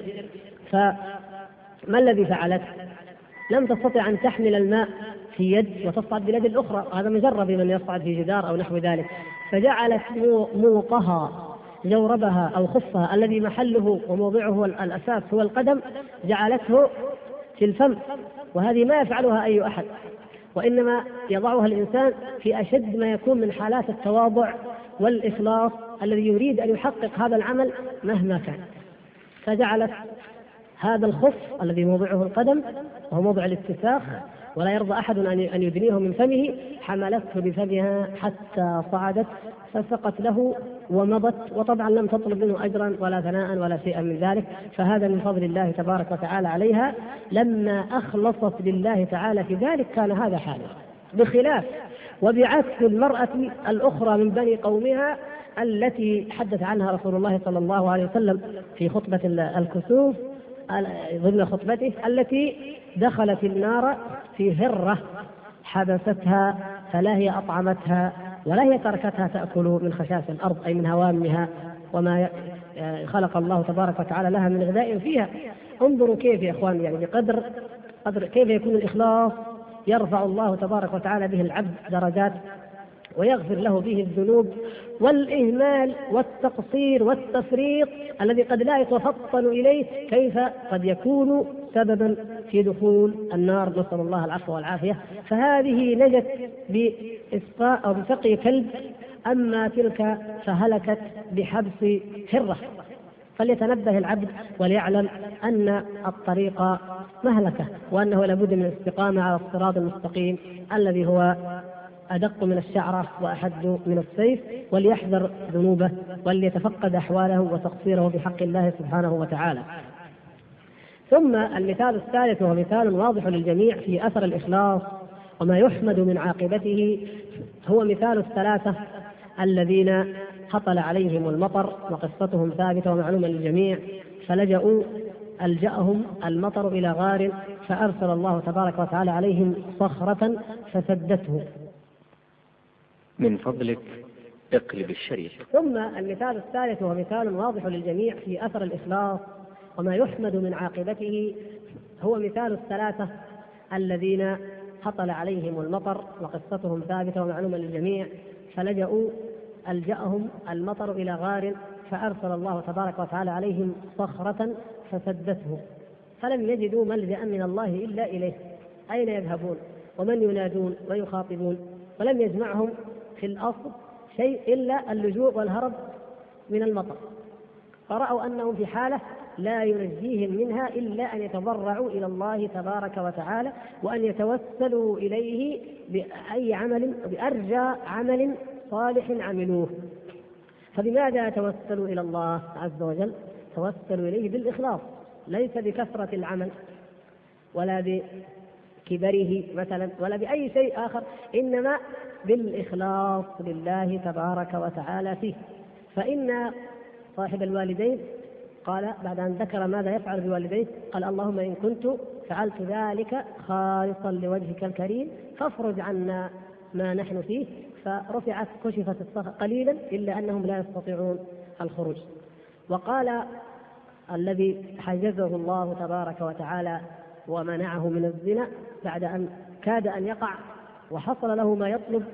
فما الذي فعلت؟ لم تستطع أن تحمل الماء في يد وتصعد باليد الأخرى، هذا مجرب من يصعد في جدار أو نحو ذلك، فجعلت موقها جوربها أو خفها الذي محله وموضعه الأساس هو القدم جعلته في الفم، وهذه ما يفعلها أي أحد، وإنما يضعها الإنسان في أشد ما يكون من حالات التواضع والإخلاص الذي يريد أن يحقق هذا العمل مهما كان. فجعلت هذا الخف الذي موضعه القدم وهو موضع الاتساخ ولا يرضى أحد أن يدنيه من فمه، حملته بفمها حتى صعدت فسقت له ومضت، وطبعا لم تطلب منه أجرا ولا ثناء ولا شيئا من ذلك، فهذا من فضل الله تبارك وتعالى عليها لما أخلصت لله تعالى في ذلك كان هذا حاله. بخلاف وبعكس المرأة الأخرى من بني قومها التي حدث عنها رسول الله صلى الله عليه وسلم في خطبة الكسوف ضمن خطبته، التي دخلت النار في هرة حبستها فلا هي أطعمتها ولا هي تركتها تأكل من خشاش الأرض أي من هوامها وما خلق الله تبارك وتعالى لها من غذاء فيها. انظروا كيف يا إخوان، يعني بقدر قدر كيف يكون الإخلاص يرفع الله تبارك وتعالى به العبد درجات ويغفر له به الذنوب، والإهمال والتقصير والتفريط الذي قد لا يتفطن إليه كيف قد يكون سببا في دخول النار، نسأل الله العفو والعافية. فهذه نجت بإسقاء أو بسقي كلب، أما تلك فهلكت بحبس هرة. فليتنبه العبد وليعلم أن الطريق مهلكة وأنه لابد من الاستقامة على الصراط المستقيم الذي هو أدق من الشعرة وأحد من السيف، وليحذر ذنوبه وليتفقد أحواله وتقصيره بحق الله سبحانه وتعالى. ثم المثال الثالث وهو مثال واضح للجميع في أثر الإخلاص وما يحمد من عاقبته، هو مثال الثلاثة الذين هطل عليهم المطر وقصتهم ثابتة ومعلومة للجميع، فلجأوا ألجأهم المطر إلى غار فأرسل الله تبارك وتعالى عليهم صخرة فسدته. من فضلك اقلب الشريط. ثم المثال الثالث وهو مثال واضح للجميع في أثر الإخلاص وما يحمد من عاقبته، هو مثال الثلاثة الذين هطل عليهم المطر وقصتهم ثابتة ومعلومة للجميع، فلجأوا ألجأهم المطر إلى غار فأرسل الله تبارك وتعالى عليهم صخرة فسدته، فلم يجدوا ملجأ من الله إلا إليه. أين يذهبون ومن ينادون ويخاطبون؟ ولم يجمعهم في الأصل شيء إلا اللجوء والهرب من المطر، فرأوا أنهم في حالة لا ينجيهم منها إلا أن يتضرعوا إلى الله تبارك وتعالى وأن يتوسلوا إليه بأي عمل بأرجى عمل صالح عملوه. فبماذا توسلوا إلى الله عز وجل؟ توسلوا إليه بالإخلاص، ليس بكثرة العمل ولا بكبره مثلا ولا بأي شيء آخر، إنما بالإخلاص لله تبارك وتعالى فيه. فإن صاحب الوالدين قال بعد أن ذكر ماذا يفعل بوالديه قال: اللهم إن كنت فعلت ذلك خالصا لوجهك الكريم فافرج عنا ما نحن فيه. فرفعت كشفت الصخرة قليلا إلا أنهم لا يستطيعون الخروج. وقال الذي حجزه الله تبارك وتعالى ومنعه من الزنا بعد أن كاد أن يقع وحصل له ما يطلب،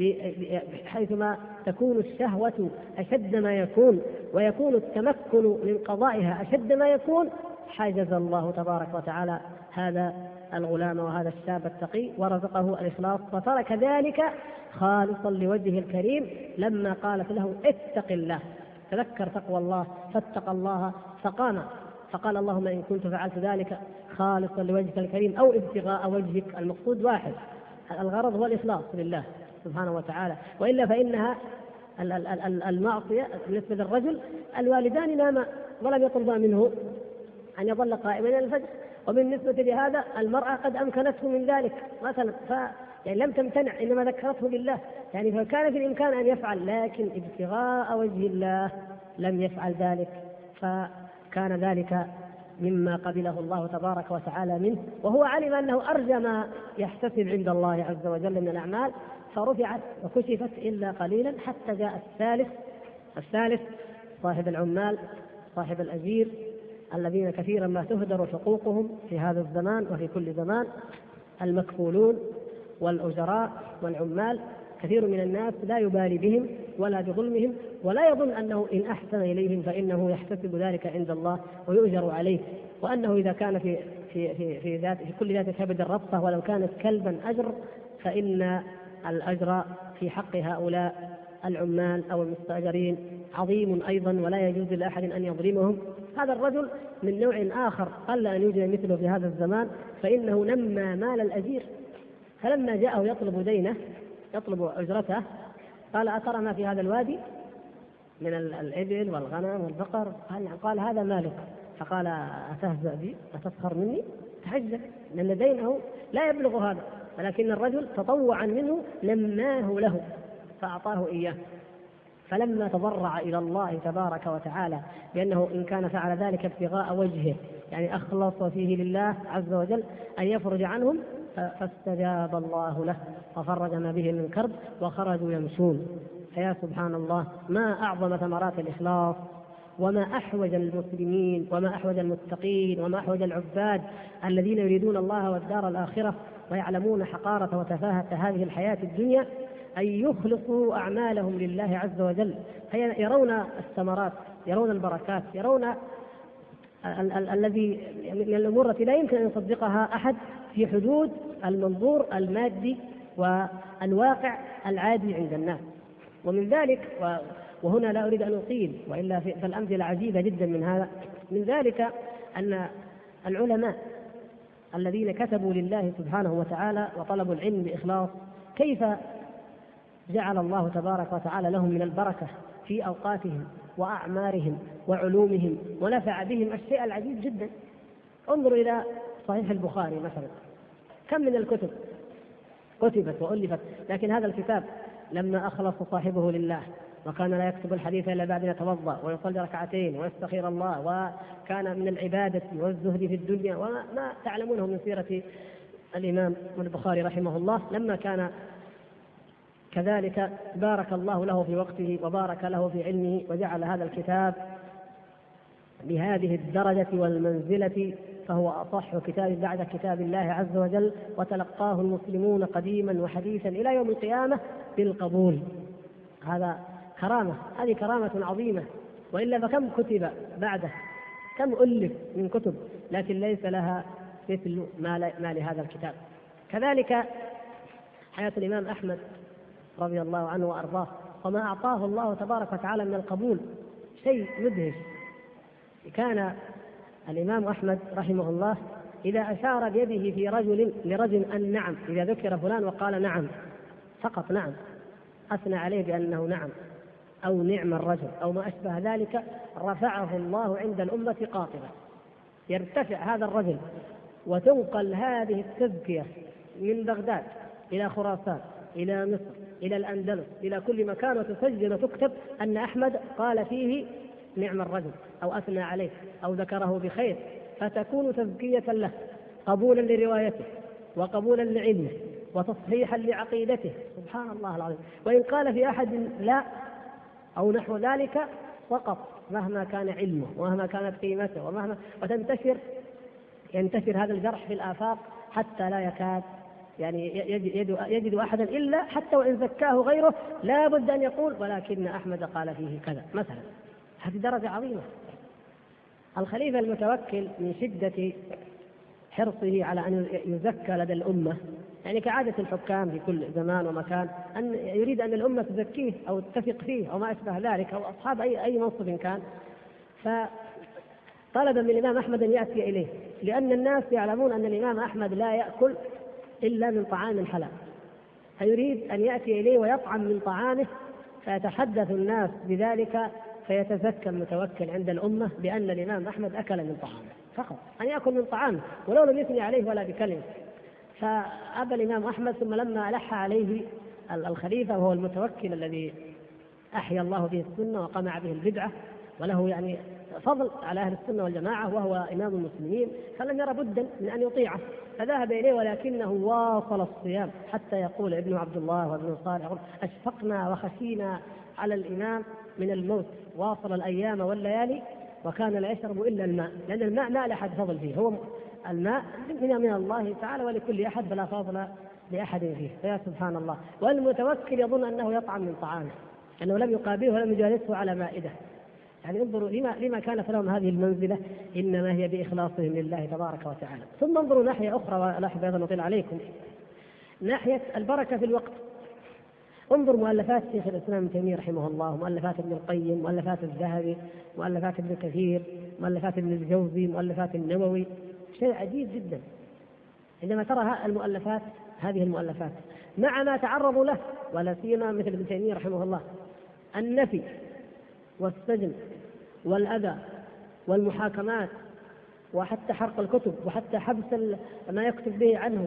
حيثما تكون الشهوة أشد ما يكون ويكون التمكن من قضائها أشد ما يكون، حجز الله تبارك وتعالى هذا الغلام وهذا الشاب التقي ورزقه الإخلاص، وترك ذلك خالصا لوجهه الكريم لما قالت له اتق الله، تذكر تقوى الله فاتق الله فقام، فقال اللهم إن كنت فعلت ذلك خالصا لوجهك الكريم أو ابتغاء وجهك، المقصود واحد، الغرض هو الإخلاص لله سبحانه وتعالى، وإلا فإنها المعصية بالنسبة للرجل الوالدان ناما ولم يطلبا منه أن يظل قائما إلى الفجر، وبالنسبة لهذا المرأة قد أمكنته من ذلك مثلا ف يعني لم تمتنع إنما ذكرته بالله، يعني فكان في الإمكان أن يفعل، لكن ابتغاء وجه الله لم يفعل ذلك، فكان ذلك مما قبله الله تبارك وتعالى منه، وهو علم أنه أرجى ما يحتسب عند الله عز وجل من الأعمال، فرفعت وكشفت إلا قليلا حتى جاء الثالث الثالث صاحب العمال صاحب الأجير الذين كثيرا ما تهدر حقوقهم في هذا الزمان وفي كل زمان، المكفولون والأجراء والعمال، كثير من الناس لا يبالي بهم ولا بظلمهم، ولا يظن أنه إن أحسن إليهم فإنه يحتسب ذلك عند الله ويؤجر عليه، وأنه إذا كان في في في في, ذات في كل ذات كبد الربطة ولو كانت كلبا أجر، فإن الأجر في حق هؤلاء العمال أو المستأجرين عظيم أيضا، ولا يجوز لأحد أن يظلمهم. هذا الرجل من نوع آخر قل أن يوجد مثله في هذا الزمان، فإنه نمى مال الأجير، فلما جاءه يطلب دينه يطلب أجرته قال أترى ما في هذا الوادي من الإبل والغنم والبقر؟ قال هذا مالك. فقال أتهزأ بي؟ أتسخر مني؟ تحجب، لأن دينه لا يبلغ هذا، ولكن الرجل تطوعا منه نماه له فأعطاه إياه. فلما تضرع إلى الله تبارك وتعالى بأنه إن كان فعل ذلك ابتغاء وجهه، يعني أخلص فيه لله عز وجل أن يفرج عنهم، فاستجاب الله له وفرج ما به من كرب وخرجوا يمشون. فيا سبحان الله، ما أعظم ثمرات الإخلاص، وما أحوج المسلمين وما أحوج المتقين وما أحوج العباد الذين يريدون الله والدار الآخرة ويعلمون حقارة وتفاهة هذه الحياة الدنيا أن يخلصوا أعمالهم لله عز وجل، فيرون الثمرات، يرون البركات، يرون الذي من الأمور التي لا يمكن أن يصدقها أحد في حدود المنظور المادي والواقع العادي عند الناس. ومن ذلك، وهنا لا أريد أن أطيل وإلا في الأمثلة عجيبة جدا من هذا، من ذلك أن العلماء الذين كتبوا لله سبحانه وتعالى وطلبوا العلم بإخلاص، كيف جعل الله تبارك وتعالى لهم من البركة في أوقاتهم وأعمارهم وعلومهم، ونفع بهم الشيء العجيب جدا. انظروا إلى صحيح البخاري مثلا، كم من الكتب كتبت وألفت، لكن هذا الكتاب لما أخلص صاحبه لله وكان لا يكتب الحديث إلا بعد أن يتوضأ ويصلي ركعتين ويستخير الله، وكان من العبادة والزهد في الدنيا وما تعلمونه من سيرة الإمام البخاري رحمه الله، لما كان كذلك بارك الله له في وقته وبارك له في علمه وجعل هذا الكتاب بهذه الدرجة والمنزلة، فهو أصح كتاب بعد كتاب الله عز وجل، وتلقاه المسلمون قديما وحديثا إلى يوم القيامة بالقبول. هذا كرامة، هذه كرامة عظيمة، وإلا فكم كتب بعده، كم ألف من كتب، لكن ليس لها مثل ما لهذا الكتاب. كذلك حياة الإمام أحمد رضي الله عنه وأرضاه، وما أعطاه الله تبارك وتعالى من القبول شيء مدهش. كان الإمام أحمد رحمه الله إذا أشار بيده في رجل لرجل أن نعم، إذا ذكر فلان وقال نعم فقط نعم، أثنى عليه بأنه نعم أو نعم الرجل أو ما أشبه ذلك، رفعه الله عند الأمة قاطبة، يرتفع هذا الرجل وتنقل هذه التزكية من بغداد إلى خراسان إلى مصر إلى الأندلس إلى كل مكان، وتسجل وتكتب أن أحمد قال فيه نعم الرجل أو أثنى عليه أو ذكره بخير، فتكون تزكية له، قبولا لروايته وقبولا لعلمه وتصحيحا لعقيدته. سبحان الله العظيم. وإن قال في أحد لا أو نحو ذلك فقط، مهما كان علمه ومهما كانت قيمته ومهما، وتنتشر ينتشر هذا الجرح في الآفاق حتى لا يكاد يعني يجد, يجد أحدا إلا حتى وإن زكاه غيره لا بد أن يقول ولكن أحمد قال فيه كذا مثلا. هذه درجة عظيمة. الخليفة المتوكل من شدة حرصه على أن يزكى لدى الأمة، يعني كعادة الحكام في كل زمان ومكان أن يريد أن الأمة تزكيه أو تثق فيه أو ما أشبه ذلك، أو أصحاب أي أي منصب كان. فطلب من الإمام أحمد أن يأتي إليه، لأن الناس يعلمون أن الإمام أحمد لا يأكل إلا من طعام حلال، فيريد أن يأتي إليه ويطعم من طعامه، فيتحدث الناس بذلك فيتزكى المتوكل عند الأمة بأن الإمام أحمد أكل من طعامه فقط، أن يأكل من طعامه ولو لم يثني عليه ولا بكلمة. فأبى الإمام أحمد، ثم لما ألح عليه الخليفة وهو المتوكل الذي أحيا الله به السنة وقمع به البدعة وله يعني فضل على أهل السنة والجماعة وهو إمام المسلمين، فلم يرى بدا من أن يطيعه فذهب إليه، ولكنه واصل الصيام حتى يقول ابن عبد الله وابن صالح أشفقنا وخشينا على الإمام من الموت، واصل الأيام والليالي وكان لا يشرب إلا الماء، لأن الماء ما لأحد فضل فيه، هو الماء من الله تعالى ولكل أحد فلا فضل لأحد فيه. فيا سبحان الله. والمتوكل يظن أنه يطعم من طعامه، أنه لم يقابله ولم يجالسه على مائدة. يعني انظروا لما, لما كانت لهم هذه المنزلة، إنما هي بإخلاصهم لله تبارك وتعالى. ثم انظروا ناحية أخرى، ولا أحب أيضا أطيل عليكم، ناحية البركة في الوقت. انظر مؤلفات شيخ الإسلام ابن تيمية رحمه الله، مؤلفات ابن القيم، مؤلفات الذهبي، مؤلفات ابن كثير، مؤلفات ابن الجوزي، مؤلفات النووي. شيء عجيب جدا عندما ترى المؤلفات هذه المؤلفات مع ما تعرضوا له، ولا سيما مثل ابن تيمية رحمه الله النفي والسجن والأذى والمحاكمات وحتى حرق الكتب وحتى حبس ما يكتب به عنه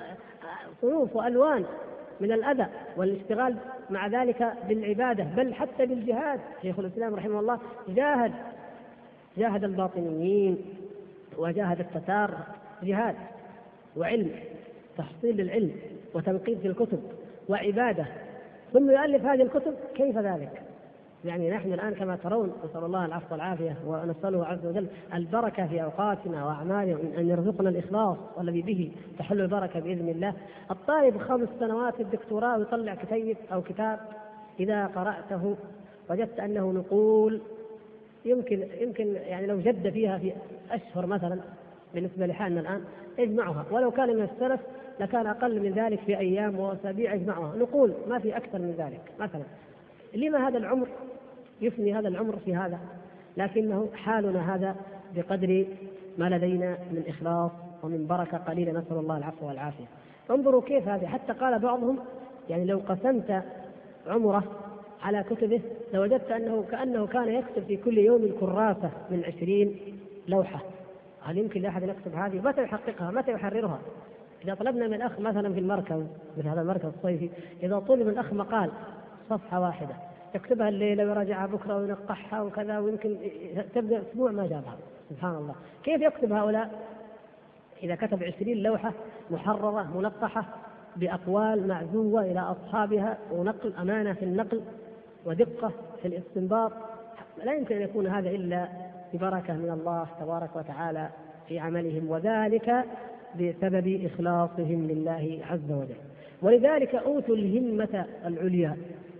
وصنوف وألوان من الأذى والاشتغال مع ذلك بالعبادة، بل حتى بالجهاد. شيخ الإسلام رحمه الله جاهد جاهد الباطنيين وجاهد التتار جهاد وعلم، تحصيل للعلم وتنقيب في الكتب وعبادة، ثم يؤلف هذه الكتب. كيف ذلك؟ يعني نحن الآن كما ترون نسأل الله العفو والعافية ونسأله عز وجل البركة في أوقاتنا وأعمالنا، أن يرزقنا الإخلاص والذي به تحل البركة بإذن الله. الطالب خمس سنوات في الدكتوراه ويطلع كتيب أو كتاب إذا قرأته وجدت أنه نقول يمكن يمكن يعني لو جد فيها في أشهر مثلا بالنسبة لحالنا الآن اجمعها، ولو كان من السلف لكان أقل من ذلك في أيام وأسابيع اجمعها، نقول ما في أكثر من ذلك مثلا. لما هذا العمر يفني هذا العمر في هذا؟ لكنه حالنا هذا بقدر ما لدينا من إخلاص ومن بركة قليلة، نسأل الله العفو والعافية. انظروا كيف هذا، حتى قال بعضهم يعني لو قسمت عمره على كتبه لوجدت أنه كأنه كان يكتب في كل يوم كراسة من عشرين لوحة. هل يمكن لأحد يكتب هذه؟ متى يحققها؟ متى يحررها؟ إذا طلبنا من الأخ مثلا في المركز مثل هذا المركز الصيفي، إذا طلب من الأخ مقال صفحة واحدة يكتبها الليلة ويراجعها بكرة وينقحها وكذا، ويمكن تبدأ أسبوع ما جابها. سبحان الله. كيف يكتب هؤلاء إذا كتب عشرين لوحة محررة منقحة بأقوال معزوة إلى أصحابها ونقل أمانة في النقل ودقة في الاستنباط؟ لا يمكن أن يكون هذا إلا ببركة من الله تبارك وتعالى في عملهم، وذلك بسبب إخلاصهم لله عز وجل. ولذلك أوتوا الهمة العليا،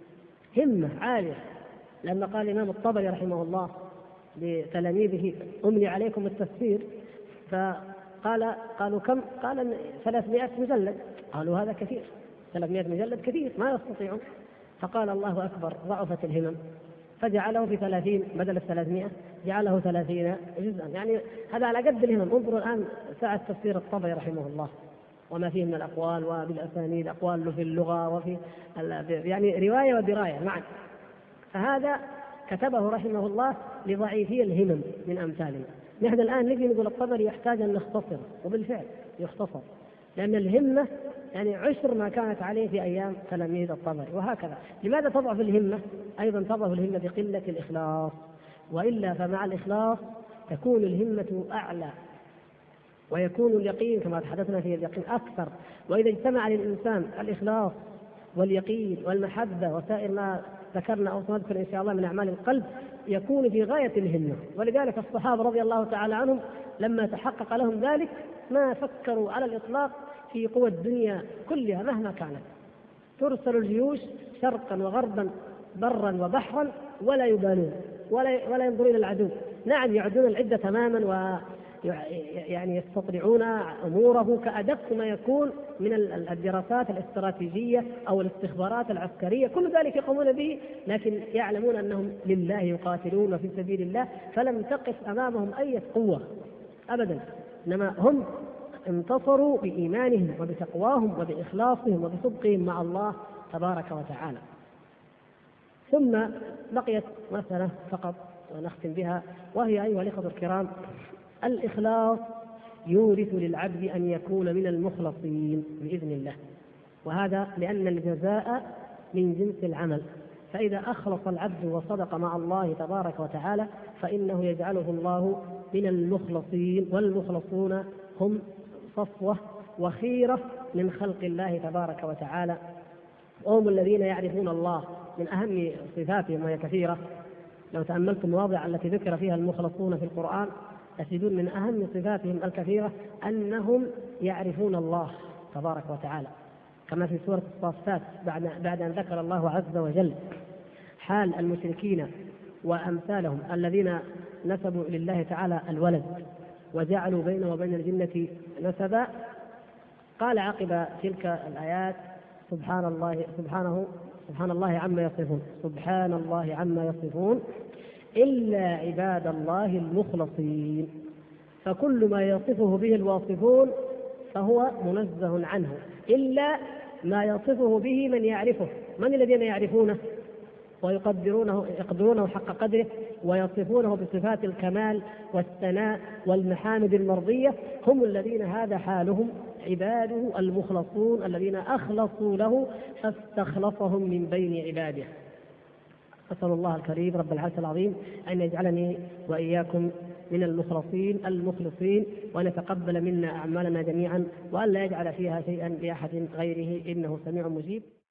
همة عالية، لما قال الإمام الطبري رحمه الله لتلاميذه أملي عليكم التفسير، فقال قالوا كم؟ قال ثلاثمائة مجلد. قالوا هذا كثير، ثلاثمائة مجلد كثير ما يستطيعون. فقال الله أكبر، ضعفت الهمم، فجعله في ثلاثين بدل الثلاثمائة جعله ثلاثين جزءا، يعني هذا على قد الهمم. انظروا الآن ساعة تفسير الطبري رحمه الله وما فيه من الأقوال وبالأسانيد، أقوال في اللغة وفي يعني رواية ودراية معا. فهذا كتبه رحمه الله لضعيفي الهمم من أمثالنا. نحن الآن نجي نقول الطبري يحتاج أن نختصر، وبالفعل يختصر، لأن الهمة يعني عشر ما كانت عليه في أيام تلاميذ الطبري. وهكذا لماذا تضعف الهمة؟ أيضا تضعف الهمة بقلة الإخلاص، وإلا فمع الإخلاص تكون الهمة أعلى ويكون اليقين كما تحدثنا في اليقين أكثر. وإذا اجتمع للإنسان الإخلاص واليقين والمحبة وسائر ما ذكرنا أو سنذكر إن شاء الله من أعمال القلب، يكون في غاية الهمة. ولذلك الصحابة رضي الله تعالى عنهم لما تحقق لهم ذلك ما فكروا على الإطلاق في قوى الدنيا كلها مهما كانت، ترسل الجيوش شرقا وغربا برا وبحرا ولا يبالون ولا ولا ينظرون إلى العدو. نعم يعدون العدة تماما و يعني يستطيعون أموره كأدق ما يكون من الدراسات الاستراتيجية أو الاستخبارات العسكرية، كل ذلك يقومون به، لكن يعلمون أنهم لله يقاتلون في سبيل الله، فلم تقف أمامهم أي قوة أبدا، إنما هم انتصروا بإيمانهم وبتقواهم وبإخلاصهم وبصدقهم مع الله تبارك وتعالى. ثم بقيت مسألة فقط ونختم بها، وهي أيها الإخوة الكرام، الإخلاص يورث للعبد أن يكون من المخلصين بإذن الله، وهذا لأن الجزاء من جنس العمل، فإذا أخلص العبد وصدق مع الله تبارك وتعالى فإنه يجعله الله من المخلصين، والمخلصون هم صفوة وخيرة من خلق الله تبارك وتعالى، وهم الذين يعرفون الله. من أهم صفاتهم وهي كثيرة، لو تأملتم المواضع التي ذكر فيها المخلصون في القرآن تجدون من أهم صفاتهم الكثيرة أنهم يعرفون الله تبارك وتعالى، كما في سورة الصافات بعد بعد أن ذكر الله عز وجل حال المشركين وأمثالهم الذين نسبوا لله تعالى الولد وجعلوا بينه وبين الجنة نسبا، قال عقب تلك الآيات سبحان الله سبحانه سبحان الله عما يصفون سبحان الله عما يصفون إلا عباد الله المخلصين، فكل ما يصفه به الواصفون فهو منزه عنه إلا ما يصفه به من يعرفه. من الذين يعرفونه ويقدرونه يقدرونه حق قدره ويصفونه بصفات الكمال والثناء والمحامد المرضية؟ هم الذين هذا حالهم، عباده المخلصون الذين أخلصوا له فاستخلصهم من بين عباده. أسأل الله الكريم رب العرش العظيم أن يجعلني وإياكم من المخلصين المخلصين، وأن يتقبل منا أعمالنا جميعا، وأن لا يجعل فيها شيئا لأحد غيره، إنه سميع مجيب.